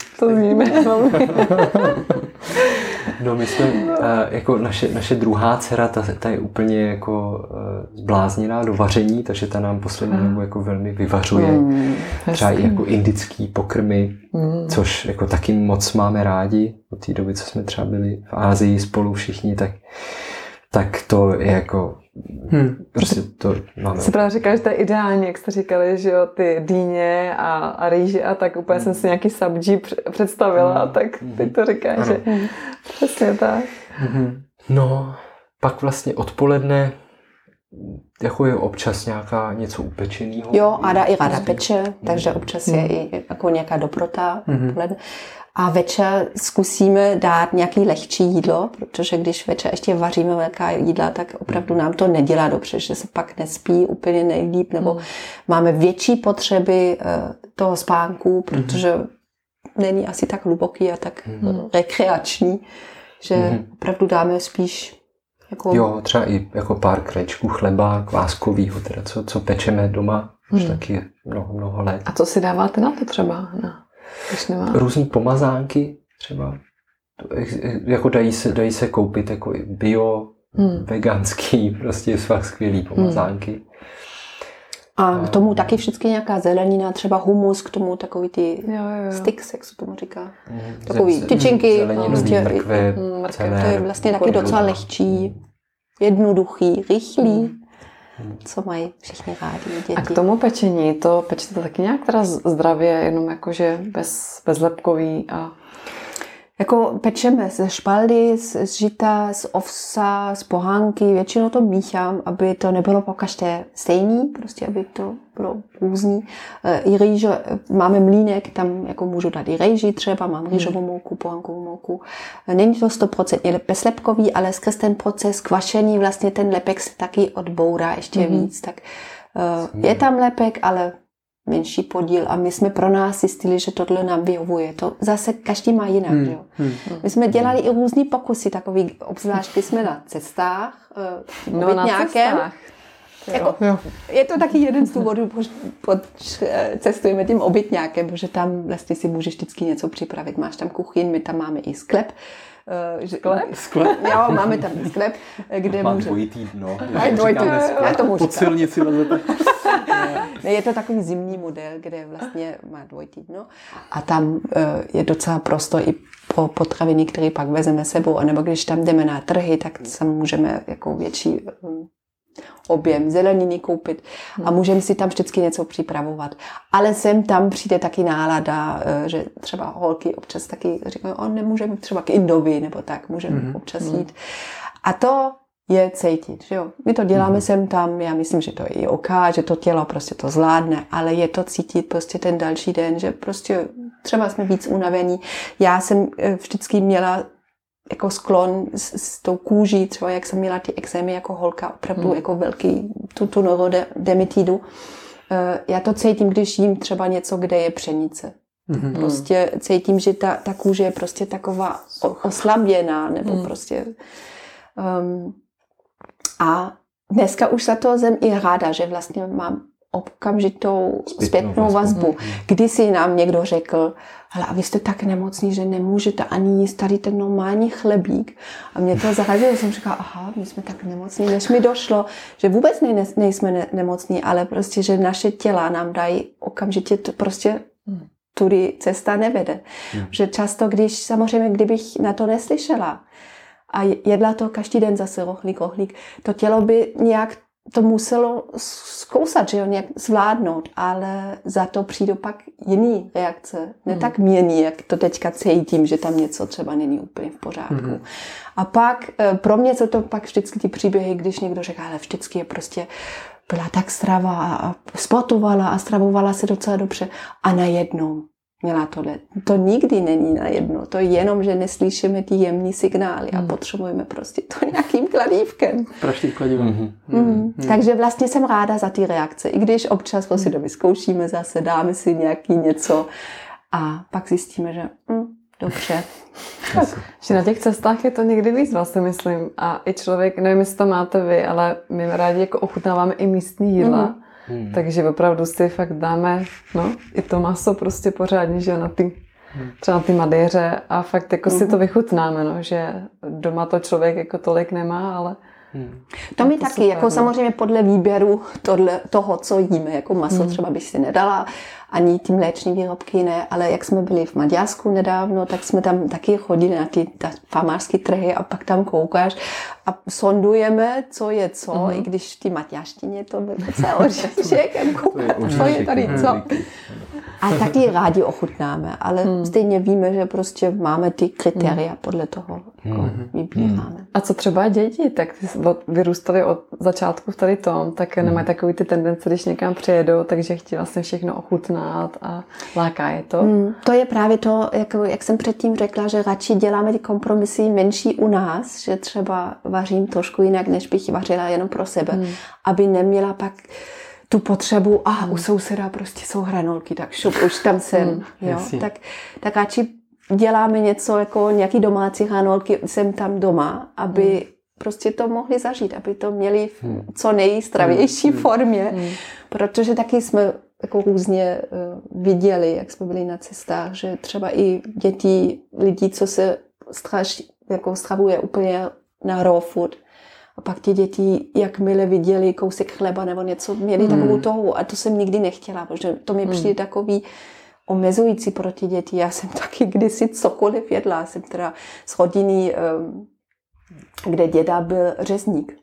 No my jsme, jako naše druhá dcera, ta je úplně jako zblázněná do vaření, takže ta nám poslední dobu jako velmi vyvařuje. Třeba i jako indický pokrmy, což jako taky moc máme rádi. Od té doby, co jsme třeba byli v Asii spolu všichni, tak to je jako prostě to máme. Se právě říká, že to je ideální, jak jste říkali, že jo, ty dýně a rýži a tak úplně jsem si nějaký sabji představila, tak teď to říkáš, že přesně tak. No, pak vlastně odpoledne jako je občas něco upečeného. Jo, Ada i ráda peče, takže občas je i jako nějaká dobrota odpoledne. A večer zkusíme dát nějaký lehčí jídlo, protože když večer ještě vaříme velká jídla, tak opravdu nám to nedělá dobře, že se pak nespí úplně nejlíp, nebo máme větší potřeby toho spánku, protože není asi tak hluboký a tak rekreační, že opravdu dáme spíš jako... Jo, třeba i jako pár krečků chleba kváskovýho, teda co pečeme doma, už taky mnoho let. A co si dáváte na to třeba? Různý pomazánky třeba. Jako dají se koupit jako bio, veganský, prostě fakt skvělý pomazánky. A k tomu taky vždycky nějaká zelenina, třeba humus, k tomu takový ty sticks, jak se tomu říká. Takový tyčinky, prostě, mrkve, to je vlastně taky docela lehčí, jednoduchý, rychlý. Co mají všichni rádi děti. A k tomu pečení, to pečete taky nějak teda zdravě, jenom jakože bez lepkový a... Jako pečeme ze špaldy, z žita, z ovsa, z pohánky, většinou to míchám, aby to nebylo pokaždé stejný, prostě aby to bylo různý. I rýže, máme mlýnek, tam jako můžu dát i rejži třeba, mám rýžovou mouku, pohánkovou mouku. Není to 100% bezlepkový, ale skrz ten proces kvašení vlastně ten lepek se taky odbourá ještě víc, tak je tam lepek, ale menší podíl a my jsme pro nás zjistili, že tohle nám vyhovuje. To zase každý má jinak. Že jo? My jsme dělali i různý pokusy, takový, obzvlášť jsme na cestách, jako, je to taky jeden z důvodů, proč cestujeme tím obytňákem, protože tam vlastně si můžeš vždycky něco připravit. Máš tam kuchyň, my tam máme i sklep. Sklep? Jo, máme tam i sklep, kde mám může... dvojitý dno. Já to můžu. Po silnici lezete. Ne, je to takový zimní model, kde vlastně má dvojitý dno a tam je docela prostor i pro potraviny, které pak vezeme sebou, anebo když tam jdeme na trhy, tak tam můžeme jako větší objem zeleniny koupit a můžeme si tam vždycky něco připravovat. Ale sem tam přijde taky nálada, že třeba holky občas taky říkají, nemůžeme třeba k Indovi, nebo tak, můžeme občas jít. A to je cítit, že jo. My to děláme sem tam, já myslím, že to je i OK, že to tělo prostě to zvládne, ale je to cítit prostě ten další den, že prostě třeba jsme víc unavení. Já jsem vždycky měla jako sklon s tou kůží, třeba jak jsem měla ty ekzémy jako holka, opravdu jako velký tu neurodermitidu. Já to cítím, když jím třeba něco, kde je pšenice. Prostě cítím, že ta kůže je prostě taková oslaběná, nebo prostě... A dneska už za to jsem i ráda, že vlastně mám okamžitou zpětnou vazbu. Kdysi nám někdo řekl, hele, a vy jste tak nemocný, že nemůžete ani jíst tady ten normální chlebík. A mě to zarazilo, jsem říkala, aha, my jsme tak nemocní, než mi došlo, že vůbec nejsme nemocní, ale prostě, že naše těla nám dají okamžitě to prostě tudy cesta nevede. Že často, samozřejmě, kdybych na to neslyšela, a jedla to každý den zase rohlík, to tělo by nějak to muselo zkousat, že jo, nějak zvládnout, ale za to přijdou pak jiný reakce, ne tak mění, jak to teďka cítím, že tam něco třeba není úplně v pořádku. A pak, pro mě jsou to pak vždycky ty příběhy, když někdo říká, ale vždycky je prostě byla tak strava a sportovala a stravovala se docela dobře a najednou měla tohle. To nikdy není najednou. To je jenom, že neslyšíme ty jemný signály a potřebujeme prostě to nějakým kladívkem. Praštým kladívkem. Takže vlastně jsem ráda za ty reakce. I když občas si to vyzkoušíme zase, dáme si nějaký něco a pak zjistíme, že dobře. Že na těch cestách je to někdy víc, vlastně myslím. A i člověk, nevím, jestli to máte vy, ale my rádi jako ochutnáváme i místní jídla. Takže opravdu si fakt dáme, i to maso prostě pořádně, že třeba na ty Madeiře a fakt jako si to vychutnáme, že doma to člověk jako tolik nemá, ale... To mi taky, super, jako samozřejmě podle výběru toho, co jíme, jako maso třeba bych si nedala, ani ty mléční výrobky ne, ale jak jsme byli v Maďarsku nedávno, tak jsme tam taky chodili na ty farmářské trhy a pak tam koukáš a sondujeme, co je co, i když v té maďarštině to byl docela oříšek, co je tady co. A taky rádi ochutnáme, ale stejně víme, že prostě máme ty kritéria podle toho vybíráme. A co třeba děti, tak vyrůstali od začátku v tady tom, tak nemají takový ty tendence, když někam přijedou, takže chtějí vlastně všechno ochutnat a láká je to. To je právě to, jak jsem předtím řekla, že radši děláme ty kompromisy menší u nás, že třeba vařím trošku jinak, než bych vařila jenom pro sebe, aby neměla pak tu potřebu, u souseda prostě jsou hranolky, tak šup, už tam jsem. Jo? Tak radši děláme něco jako nějaký domácí hranolky, jsem tam doma, aby prostě to mohli zažít, aby to měli v co nejzdravější formě, protože taky jsme jako různě viděli, jak jsme byli na cestách, že třeba i děti, lidí, co se stravuje úplně na raw food, a pak ty děti, jakmile viděli kousek chleba nebo něco, měli takovou touhu a to jsem nikdy nechtěla, protože to mi přijde takový omezující pro ty děti. Já jsem taky kdysi cokoliv jedla, jsem teda z rodiny, kde děda byl řezník.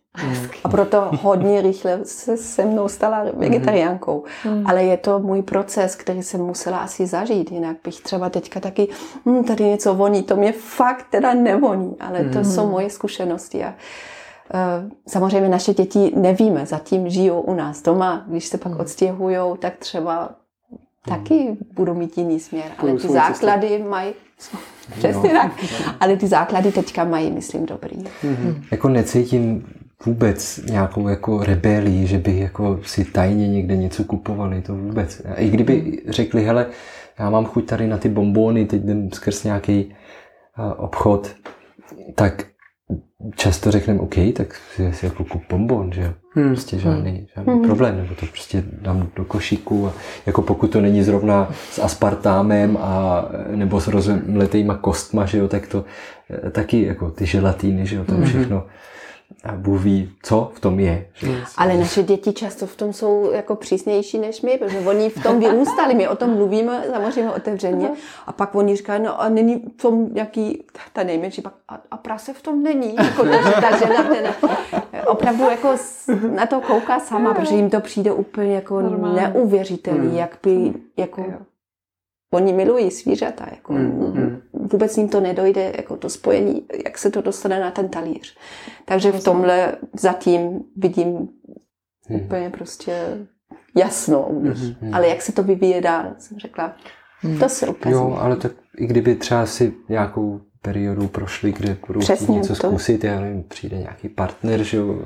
A proto hodně rychle se se mnou stala vegetariánkou. Ale je to můj proces, který jsem musela asi zažít. Jinak bych třeba teďka taky, tady něco voní, to mě fakt teda nevoní. Ale to jsou moje zkušenosti. A samozřejmě naše děti nevíme, zatím žijou u nás doma. Když se pak odstěhujou, tak třeba taky budou mít jiný směr. Ale ty základy mají... Přesně tak. Ale ty základy teďka mají, myslím, dobrý. Jako necítím vůbec nějakou jako rebelii, že by jako si tajně někde něco kupovali, to vůbec. A i kdyby řekli, hele, já mám chuť tady na ty bonbóny, teď jdem skrz nějaký obchod, tak často řekneme, OK, tak si jako kup bonbon, že prostě žádný problém, nebo to prostě dám do košíku a jako pokud to není zrovna s aspartámem a nebo s rozmletejma kostma, že jo, tak to taky jako ty želatíny, že jo, tam všechno a Bůh ví, co v tom je. Že? Ale naše děti často v tom jsou jako přísnější než my, protože oni v tom vyrůstali, my o tom mluvíme samozřejmě otevřeně a pak oni říkají, no a není v tom nějaký, ta nejmenší pak, a prase v tom není, jako ta žena, opravdu jako na to kouká sama, protože jim to přijde úplně jako neuvěřitelný, jak by, jako oni milují zvířata, jako vůbec jim to nedojde, jako to spojení, jak se to dostane na ten talíř. Takže v tomhle zatím vidím úplně prostě jasno u nich. Ale jak se to vyvíje dál, jsem řekla, to se ukazuje. Jo, ale tak i kdyby třeba si nějakou periodu prošli, kde budou chtít něco zkusit, já nevím, přijde nějaký partner, že jo,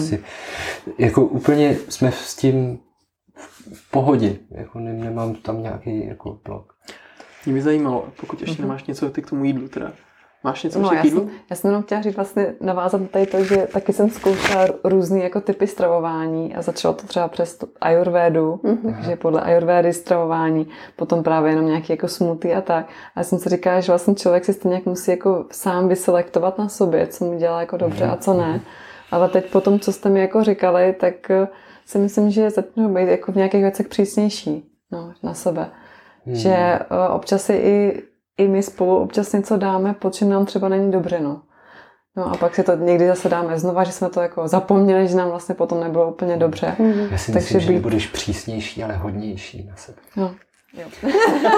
jako úplně jsme s tím v pohodě, jako nemám tam nějaký jako blok. Mě by zajímalo, pokud ještě nemáš něco ty k tomu jídlu teda. Máš něco k jídlu? Já jsem jenom chtěla říct vlastně navázat tady to, že taky jsem zkoušela různý jako typy stravování a začalo to třeba přes ayurvédu, takže podle ayurvédy stravování, potom právě jenom nějaký jako smoothie a tak. A já jsem si říkala, že vlastně člověk si to nějak musí jako sám vyselektovat na sobě, co mu dělá jako dobře a co ne. Ale teď po tom, co jste mi jako říkali, tak si myslím, že začnu být jako v nějakých věcech přísnější na sebe. Že občas si i my spolu občas něco dáme, po čem nám třeba není dobře, no. No a pak si to někdy zase dáme znova, že jsme to jako zapomněli, že nám vlastně potom nebylo úplně dobře. Já si myslím, že nebudeš přísnější, ale hodnější na sebe. No, jo.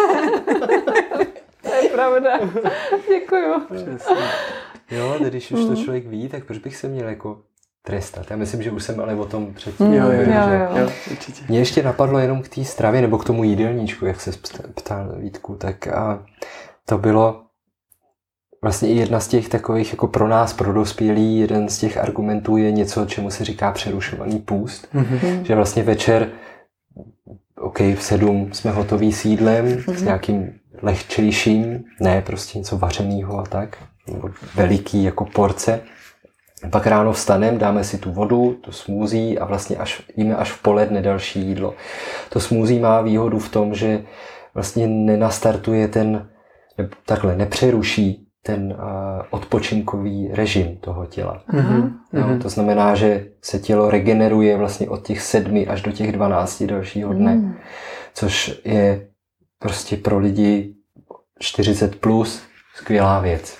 To je pravda. Děkuju. Přesně. Jo, když už to člověk ví, tak proč bych se měl jako trestat? Já myslím, že už jsem ale o tom předtím. Jo, určitě. Mě ještě napadlo jenom k té stravě, nebo k tomu jídelníčku, jak se ptal Vítku, tak a to bylo vlastně i jedna z těch takových jako pro nás, pro dospělí, jeden z těch argumentů je něco, čemu se říká přerušovaný půst. Že vlastně večer, v 7 jsme hotoví s jídlem, s nějakým lehčejším, ne prostě něco vařenýho a tak, veliký jako porce. Pak ráno vstaneme, dáme si tu vodu, to smoothie a vlastně jíme až v poledne další jídlo. To smoothie má výhodu v tom, že vlastně nenastartuje nepřeruší ten odpočinkový režim toho těla. No, to znamená, že se tělo regeneruje vlastně od těch 7 až do těch 12 dalšího dne, což je prostě pro lidi 40+ skvělá věc.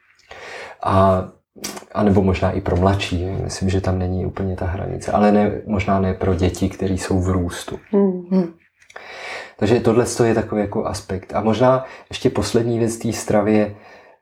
A nebo možná i pro mladší. Myslím, že tam není úplně ta hranice. Ale možná ne pro děti, které jsou v růstu. Takže tohle je takový jako aspekt. A možná ještě poslední věc té stravě,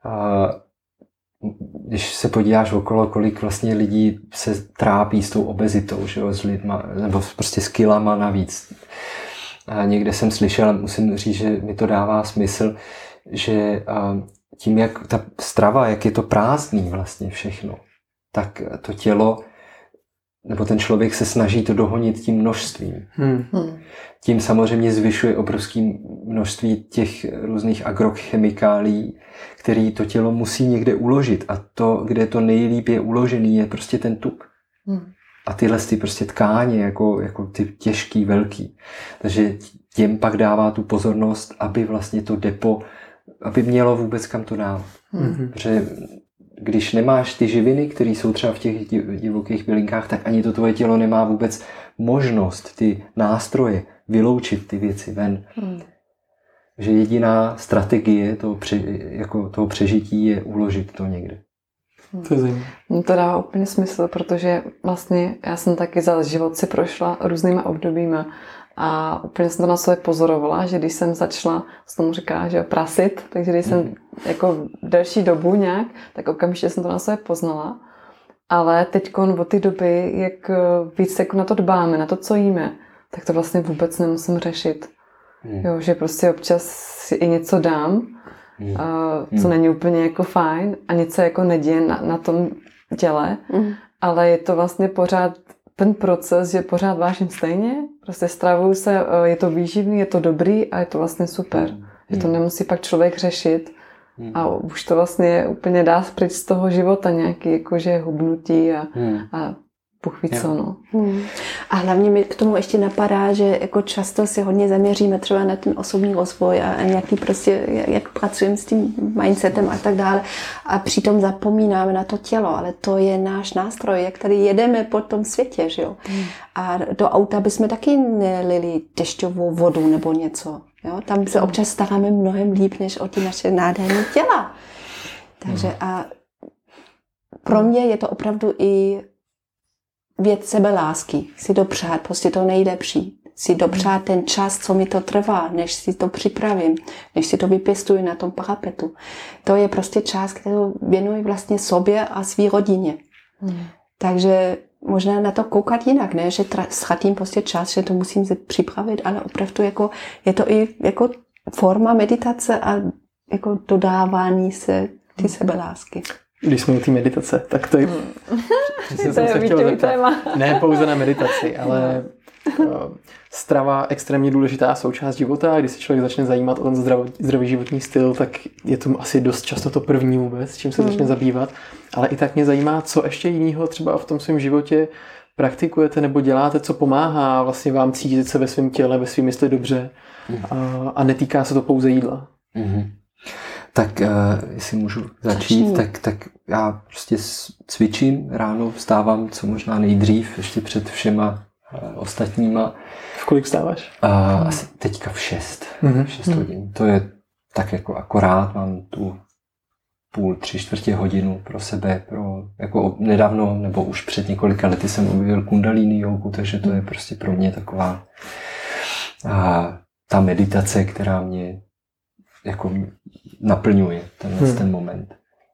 když se podíváš okolo, kolik vlastně lidí se trápí s tou obezitou, že jo, s lidma, nebo prostě s kilama navíc. A někde jsem slyšel, musím říct, že mi to dává smysl, že tím, jak ta strava, jak je to prázdný vlastně všechno, tak to tělo, nebo ten člověk se snaží to dohonit tím množstvím. Tím samozřejmě zvyšuje obrovské množství těch různých agrochemikálií, který to tělo musí někde uložit. A to, kde to nejlíp je uložený, je prostě ten tuk. A tyhle prostě tkáně, jako ty těžký, velký. Takže těm pak dává tu pozornost, aby vlastně to depo, aby mělo vůbec kam to dávat. Protože když nemáš ty živiny, které jsou třeba v těch divokých bylinkách, tak ani to tvoje tělo nemá vůbec možnost, ty nástroje, vyloučit ty věci ven. Že jediná strategie toho přežití je uložit to někde. To je zajímavé. No to dává úplně smysl, protože vlastně já jsem taky za život si prošla různýma obdobíma a úplně jsem to na sobě pozorovala, že když jsem začala, se tomu říká, že prasit, takže když jsem jako delší dobu nějak, tak okamžitě jsem to na sobě poznala. Ale teď od té doby, jak víc jako na to dbáme, na to, co jíme, tak to vlastně vůbec nemusím řešit. Jo, že prostě občas si i něco dám, co není úplně jako fajn a něco jako neděje na tom těle, ale je to vlastně pořád ten proces, že pořád vážím stejně, prostě stravuju se, je to výživný, je to dobrý a je to vlastně super. Že to nemusí pak člověk řešit a už to vlastně úplně dá pryč z toho života nějaký jakože hubnutí a Bůh ví co, no. A hlavně mi k tomu ještě napadá, že jako často si hodně zaměříme třeba na ten osobní rozvoj a nějaký prostě, jak pracujeme s tím mindsetem a tak dále. A přitom zapomínáme na to tělo, ale to je náš nástroj, jak tady jedeme po tom světě, že jo. A do auta bychom taky nelili dešťovou vodu nebo něco. Jo? Tam se občas staráme mnohem líp, než o ty naše nádherné těla. Takže a pro mě je to opravdu i věc sebelásky, si dopřát, prostě to nejlepší. Si dopřát ten čas, co mi to trvá, než si to připravím, než si to vypěstuji na tom parapetu. To je prostě čas, kterou věnuji vlastně sobě a svý rodině. Takže možná na to koukat jinak, ne, že ztratím prostě čas, že to musím si připravit, ale opravdu jako, je to i jako forma meditace a jako dodávání se ty sebelásky. Když jsme u té meditace, tak to je... To je výčový téma. Ne pouze na meditaci, ale strava extrémně důležitá součást života a když se člověk začne zajímat o ten zdravý životní styl, tak je to asi dost často to první vůbec, čím se začne zabývat. Ale i tak mě zajímá, co ještě jiného třeba v tom svém životě praktikujete nebo děláte, co pomáhá vlastně vám cítit se ve svém těle, ve svém mysli dobře a netýká se to pouze jídla. Tak jestli můžu začít, tak já prostě cvičím, ráno vstávám co možná nejdřív, ještě před všema ostatníma. V kolik vstáváš? Asi teďka v 6 hodin. To je tak jako akorát, mám tu půl, 3/4 hodinu pro sebe, jako nedávno, nebo už před několika lety jsem objevil kundalini jógu, takže to je prostě pro mě taková ta meditace, která mě jako naplňuje ten moment.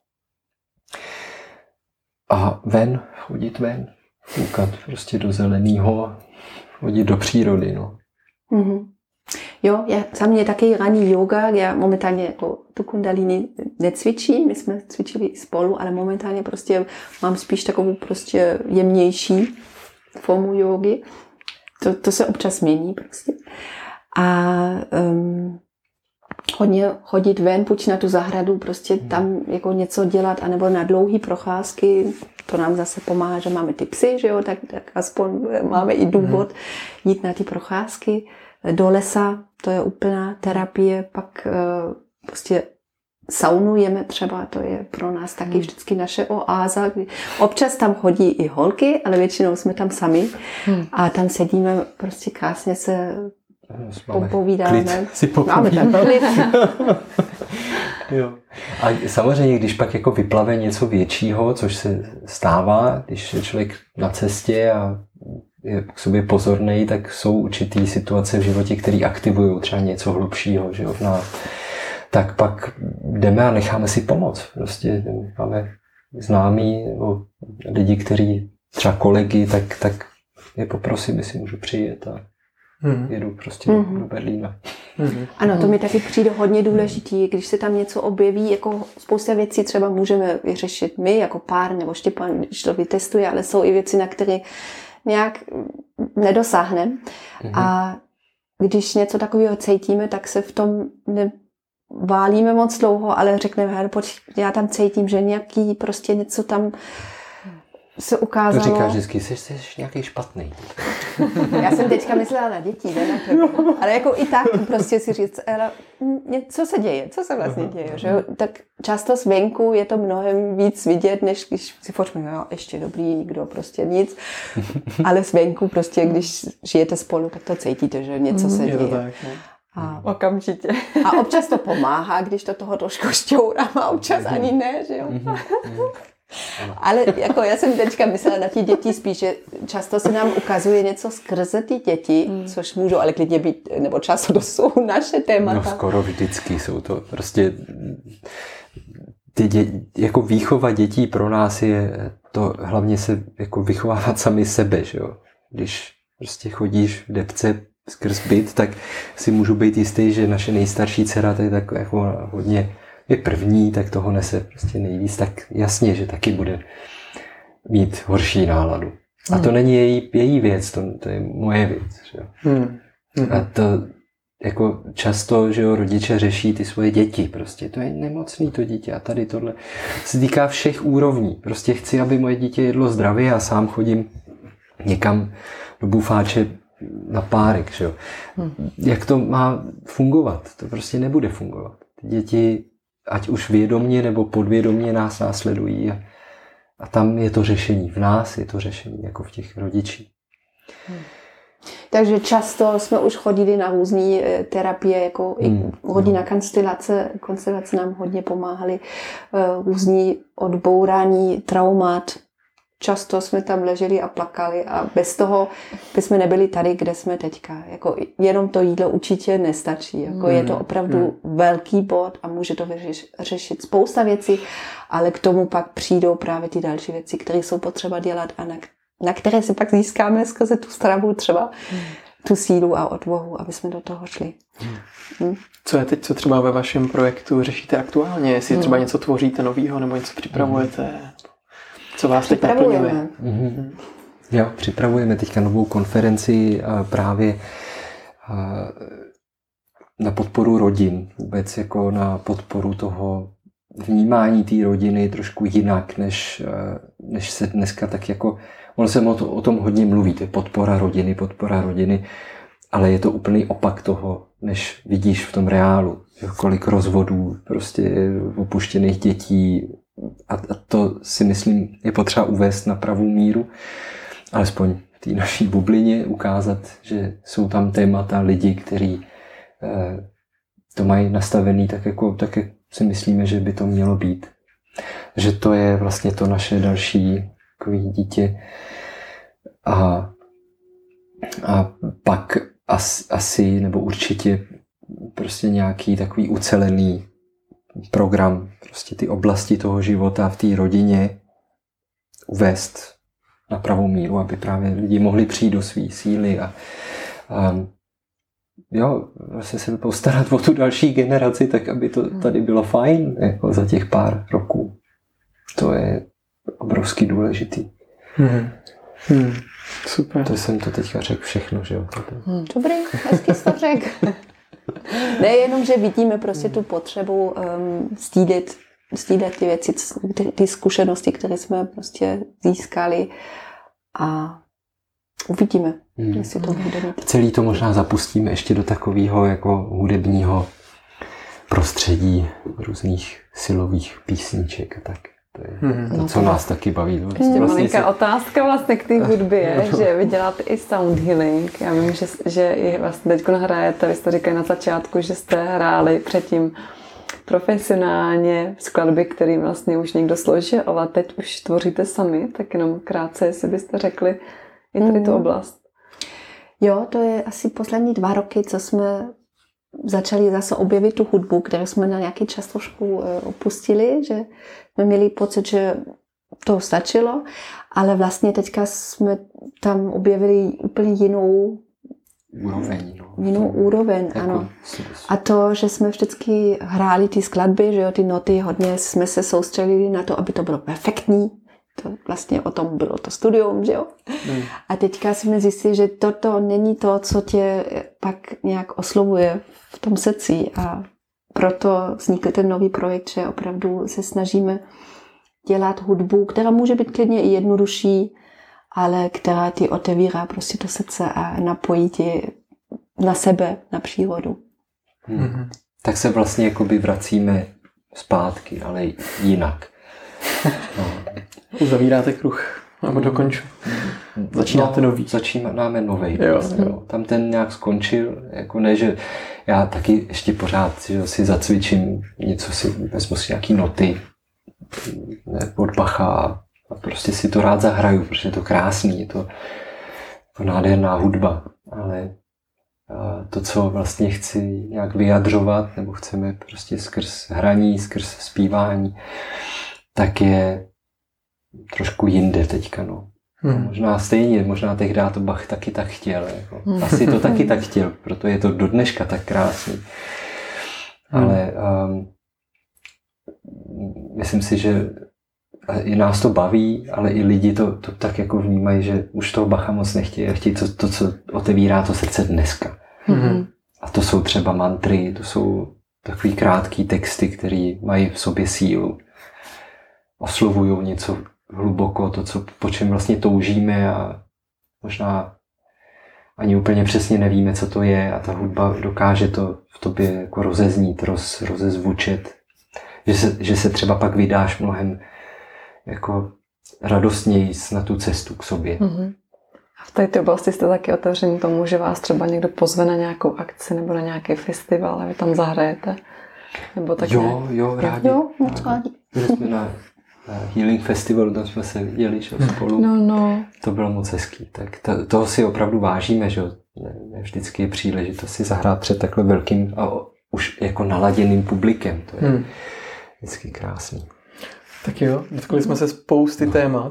A chodit ven, koukat prostě do zeleného, chodit do přírody, no. Jo, za mě taky ranní yoga, já momentálně jako tu kundalini necvičím, my jsme cvičili spolu, ale momentálně prostě mám spíš takovou prostě jemnější formu jógy. To se občas mění prostě. A hodně chodit ven, půjč na tu zahradu, prostě tam jako něco dělat, anebo na dlouhé procházky, to nám zase pomáhá, že máme ty psy, že jo, tak aspoň máme i důvod jít na ty procházky. Do lesa, to je úplná terapie, pak prostě saunujeme třeba, to je pro nás taky vždycky naše oáza. Občas tam chodí i holky, ale většinou jsme tam sami a tam sedíme, prostě krásně se povídáme. Máme tam klid. Jo. A samozřejmě, když pak jako vyplave něco většího, což se stává, když je člověk na cestě a je k sobě pozornej, tak jsou určitý situace v životě, které aktivují třeba něco hlubšího, že jo, v nás. Tak pak jdeme a necháme si pomoct. Prostě máme známí nebo lidi, kteří třeba kolegy, tak je poprosím, jestli můžu přijet a jedu prostě do Berlína. Ano, to mi taky přijde hodně důležitý, když se tam něco objeví, jako spousta věcí třeba můžeme vyřešit my jako pár nebo Štěpán, když to vytestuje, ale jsou i věci, na které nějak nedosáhneme. A když něco takového cítíme, tak se v tom neválíme moc dlouho, ale řekneme, já tam cítím, že nějaký prostě něco tam se ukázalo. To říkáš vždycky, jsi nějaký špatný. Já jsem teďka myslela na děti, ne? Ale jako i tak prostě si říct, co se děje, co se vlastně děje, že? Tak často zvenku je to mnohem víc vidět, než když si počneme, jo, ještě dobrý, nikdo, prostě nic, ale zvenku prostě, když žijete spolu, tak to cítíte, že něco se děje. Je to tak, ne? A okamžitě. A občas to pomáhá, když to toho trošku šťourám a občas ani ne, že jo? Ale jako já jsem teďka myslela na ty děti spíš, že často se nám ukazuje něco skrze ty děti, což můžou ale klidně být, nebo často to jsou naše témata. No skoro vždycky jsou to prostě jako výchova dětí pro nás je to hlavně se jako vychovávat sami sebe, že jo. Když prostě chodíš v depce skrz byt, tak si můžu být jistý, že naše nejstarší dcera to je tak jako hodně je první, tak toho nese prostě nejvíc, tak jasně, že taky bude mít horší náladu. A to není její věc, to je moje věc. Že jo. A to jako často, že jo, rodiče řeší ty svoje děti, prostě to je nemocný to dítě a tady tohle se týká všech úrovní. Prostě chci, aby moje dítě jedlo zdravě a sám chodím někam do bufáče na párek, že jo. Jak to má fungovat? To prostě nebude fungovat. Ty děti, ať už vědomně nebo podvědomně nás následují a tam je to řešení. V nás je to řešení, jako v těch rodičích. Takže často jsme už chodili na různé terapie, jako i hodina konstelace nám hodně pomáhaly, různý odbourání traumat. Často jsme tam leželi a plakali a bez toho bychom nebyli tady, kde jsme teďka. Jako jenom to jídlo určitě nestačí. Jako je to opravdu velký bod a může to řešit spousta věcí, ale k tomu pak přijdou právě ty další věci, které jsou potřeba dělat a na které si pak získáme skrze tu stravu třeba tu sílu a odvahu, aby jsme do toho šli. Co je teď, co třeba ve vašem projektu řešíte aktuálně? Jestli třeba něco tvoříte novýho nebo něco připravujete? Co vás teď naplňuje? Jo, připravujeme teďka novou konferenci právě na podporu rodin. Vůbec jako na podporu toho vnímání té rodiny trošku jinak, než se dneska tak jako... Ono se o tom hodně mluví, to je podpora rodiny, ale je to úplný opak toho, než vidíš v tom reálu. Kolik rozvodů, prostě opuštěných dětí a to si myslím je potřeba uvést na pravou míru, alespoň v té naší bublině ukázat, že jsou tam témata lidi, kteří to mají nastavený tak, jak si myslíme, že by to mělo být. Že to je vlastně to naše další takový dítě. A pak asi, nebo určitě prostě nějaký takový ucelený program, prostě ty oblasti toho života v té rodině uvést na pravou míru, aby právě lidi mohli přijít do své síly a jo, vlastně se postarat o tu další generaci, tak aby to tady bylo fajn jako za těch pár roků. To je obrovsky důležitý. Super. To jsem to teďka řekl všechno, že jo? Dobrý, hezky jsi to řekl. Nejenom, že vidíme prostě tu potřebu sdílet ty věci, ty zkušenosti, které jsme prostě získali a uvidíme, jestli to bude mít. Celý to možná zapustíme ještě do takového jako hudebního prostředí různých silových písniček a tak. To je to, co nás taky baví. Ještě malinká otázka vlastně k té hudbě je, že vy děláte i sound healing. Já vím, že i vlastně teď hrajete, vy jste říkali na začátku, že jste hráli předtím profesionálně skladby, které vlastně už někdo složil, ale teď už tvoříte sami, tak jenom krátce, jestli byste řekli i tady tu oblast. Jo, to je asi poslední 2 roky, co jsme začali zase objevit tu hudbu, kterou jsme na nějaký čas trošku opustili, že jsme měli pocit, že to stačilo, ale vlastně teďka jsme tam objevili úplně jinou úroveň, ano. A to, že jsme vždycky hráli ty skladby, že jo, ty noty, hodně jsme se soustředili na to, aby to bylo perfektní. To vlastně o tom bylo to studium, že jo. A teďka jsme zjistili, že toto není to, co tě pak nějak oslovuje v tom srdci a proto vznikl ten nový projekt, že opravdu se snažíme dělat hudbu, která může být klidně i jednodušší, ale která ti otevírá prostě to srdce a napojí ti na sebe, na přírodu. Tak se vlastně jakoby vracíme zpátky, ale jinak. Uzavíráte kruh, nebo dokonču. Začínáte nový. Začínáme nový. Jo. Tam ten nějak skončil, jako ne, že já taky ještě pořád že si zacvičím něco, vezmu si nějaký noty od Bacha, prostě si to rád zahraju, protože je to krásný, je to nádherná hudba, ale to, co vlastně chci nějak vyjadřovat, nebo chceme prostě skrz hraní, skrz zpívání, tak je trošku jinde teďka, no. Možná stejně, možná tehdy to Bach taky tak chtěl. Jako. Asi to taky tak chtěl, proto je to do dneška tak krásný. Ale myslím si, že i nás to baví, ale i lidi to tak jako vnímají, že už toho Bacha moc nechtějí a chtějí to, co otevírá to srdce dneska. A to jsou třeba mantry, to jsou takový krátký texty, které mají v sobě sílu. Oslovují něco hluboko, to, po čem vlastně toužíme a možná ani úplně přesně nevíme, co to je a ta hudba dokáže to v tobě jako rozeznít, rozezvučet. Že se třeba pak vydáš mnohem jako radostněji na tu cestu k sobě. A v této oblasti jste taky otevření tomu, že vás třeba někdo pozve na nějakou akci nebo na nějaký festival a vy tam zahrajete? Nebo tak jo, rádi. Jo, moc rádi. Byli jsme na Healing Festivalu, tam jsme se viděli spolu. No. To bylo moc hezký. Tak toho si opravdu vážíme, že ne vždycky je příležitost si zahrát před takhle velkým a už jako naladěným publikem. To je vždycky krásný. Tak jo, dotkli jsme se spousty témat.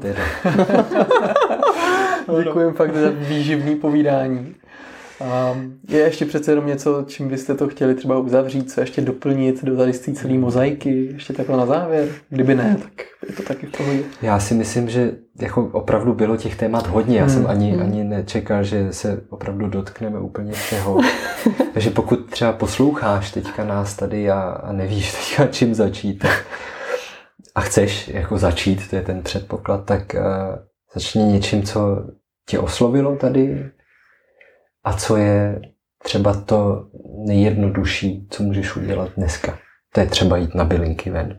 Děkujeme fakt za výživný povídání. A je ještě přece jenom něco, čím byste to chtěli třeba uzavřít, co ještě doplnit do tady z té celé mozaiky, ještě takhle na závěr? Kdyby ne, tak je to taky v pohodě. Já si myslím, že jako opravdu bylo těch témat hodně. Já jsem ani nečekal, že se opravdu dotkneme úplně všeho. Takže pokud třeba posloucháš teďka nás tady a nevíš teďka čím začít a chceš jako začít, to je ten předpoklad, tak začni něčím, co tě oslovilo tady a co je třeba to nejjednodušší, co můžeš udělat dneska. To je třeba jít na bylinky ven.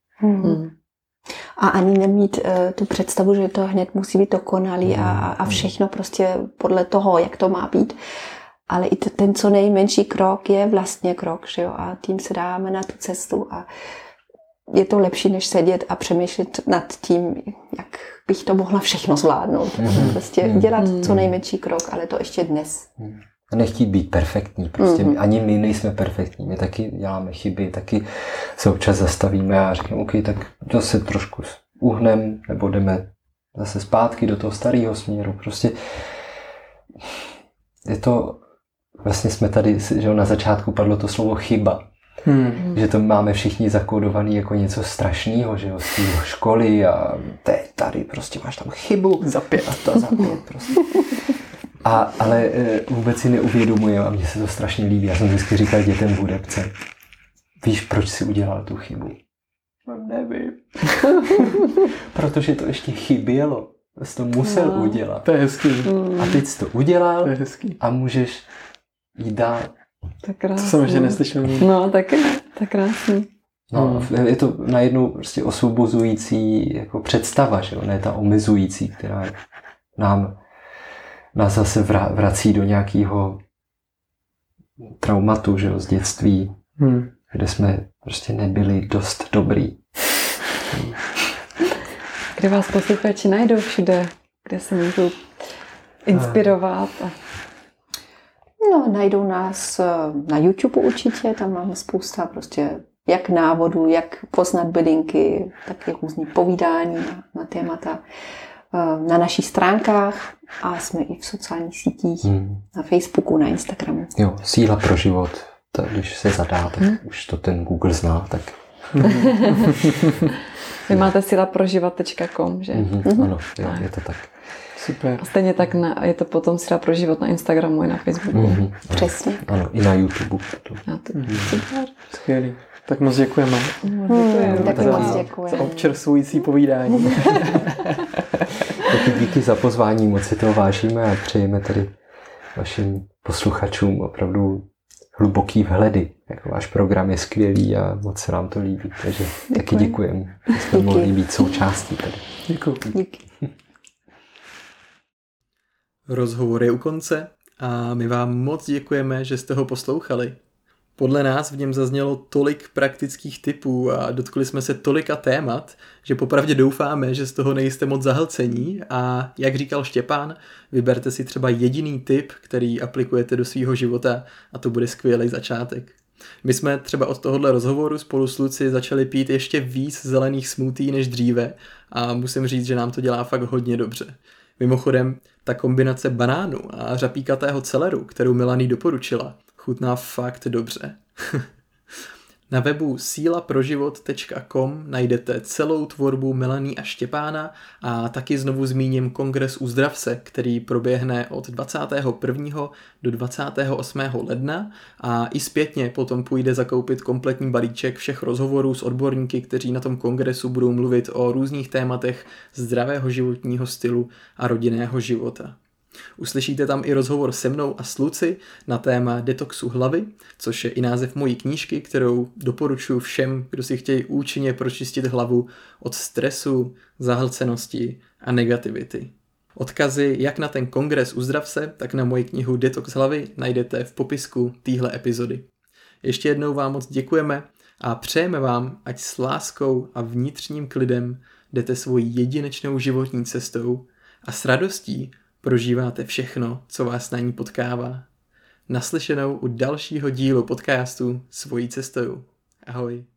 A ani nemít tu představu, že to hned musí být dokonalý a všechno prostě podle toho, jak to má být. Ale i ten co nejmenší krok je vlastně krok, že jo? A tím se dáme na tu cestu a je to lepší, než sedět a přemýšlet nad tím, jak bych to mohla všechno zvládnout. Prostě dělat co nejmenší krok, ale to ještě dnes. A nechtít být perfektní. Prostě ani my nejsme perfektní. My taky děláme chyby, taky se občas zastavíme a řekneme, OK, tak zase trošku uhneme, nebo jdeme zase zpátky do toho starého směru. Prostě je to, vlastně jsme tady, že na začátku padlo to slovo chyba. Že to máme všichni zakódovaný jako něco strašného, že jo, z té školy a tady prostě máš tam chybu za 5 prostě. Ale vůbec si neuvědomujeme a mně se to strašně líbí. Já jsem vždycky říkal dětem v hudebce, víš, proč jsi udělal tu chybu? No, nevím. Protože to ještě chybělo. Jsi to musel udělat. To je hezký. A teď jsi to udělal to je hezký. A můžeš jít dál. Tak krásný. To jsem ještě neslyšel nikdy. No, taky tak krásný. No, je to najednou prostě osvobozující jako představa, že jo? Ne ta omezující, která nás zase vrací do nějakého traumatu, že jo, z dětství, kde jsme prostě nebyli dost dobrý. Kde vás posluchači najdou všude, kde se můžou inspirovat? No, najdou nás na YouTube určitě, tam máme spousta prostě jak návodů, jak poznat bylinky, tak i různý povídání na témata. Na našich stránkách a jsme i v sociálních sítích, na Facebooku, na Instagramu. Jo, Síla pro život, tak když se zadá, tak už to ten Google zná, tak... Vy máte silaproživot.com, že? Ano, jo, je to tak. Super. A stejně tak je to potom Síla pro život na Instagramu i na Facebooku. Přesně. Ano, i na YouTube. Super. Skvělý. Tak moc děkujeme. Taky moc děkujeme. Za občerstvující povídání. Taky díky za pozvání, moc si toho vážíme a přejeme tady vašim posluchačům opravdu hluboký vhledy. Jako váš program je skvělý a moc se nám to líbí. Takže taky děkujeme, že jste mohli být součástí tady. Děkuji. Díky. Rozhovor je u konce a my vám moc děkujeme, že jste ho poslouchali. Podle nás v něm zaznělo tolik praktických tipů a dotkli jsme se tolika témat, že popravdě doufáme, že z toho nejste moc zahlcení a jak říkal Štěpán, vyberte si třeba jediný tip, který aplikujete do svého života a to bude skvělý začátek. My jsme třeba od tohohle rozhovoru spolu s Luci začali pít ještě víc zelených smoothie než dříve a musím říct, že nám to dělá fakt hodně dobře. Mimochodem, ta kombinace banánu a řapíkatého celeru, kterou Melanie doporučila, chutná fakt dobře. Na webu silaproživot.com najdete celou tvorbu Melanie a Štěpána a taky znovu zmíním kongres Uzdrav se, který proběhne od 21. do 28. ledna a i zpětně potom půjde zakoupit kompletní balíček všech rozhovorů s odborníky, kteří na tom kongresu budou mluvit o různých tématech zdravého životního stylu a rodinného života. Uslyšíte tam i rozhovor se mnou a s Luci na téma detoxu hlavy, což je i název mojí knížky, kterou doporučuji všem, kdo si chtějí účinně pročistit hlavu od stresu, zahlcenosti a negativity. Odkazy jak na ten kongres Uzdrav se, tak na moji knihu Detox hlavy najdete v popisku téhle epizody. Ještě jednou vám moc děkujeme a přejeme vám, ať s láskou a vnitřním klidem jdete svojí jedinečnou životní cestou a s radostí prožíváte všechno, co vás na ní potkává. Naslyšenou u dalšího dílu podcastu Svojí cestou. Ahoj.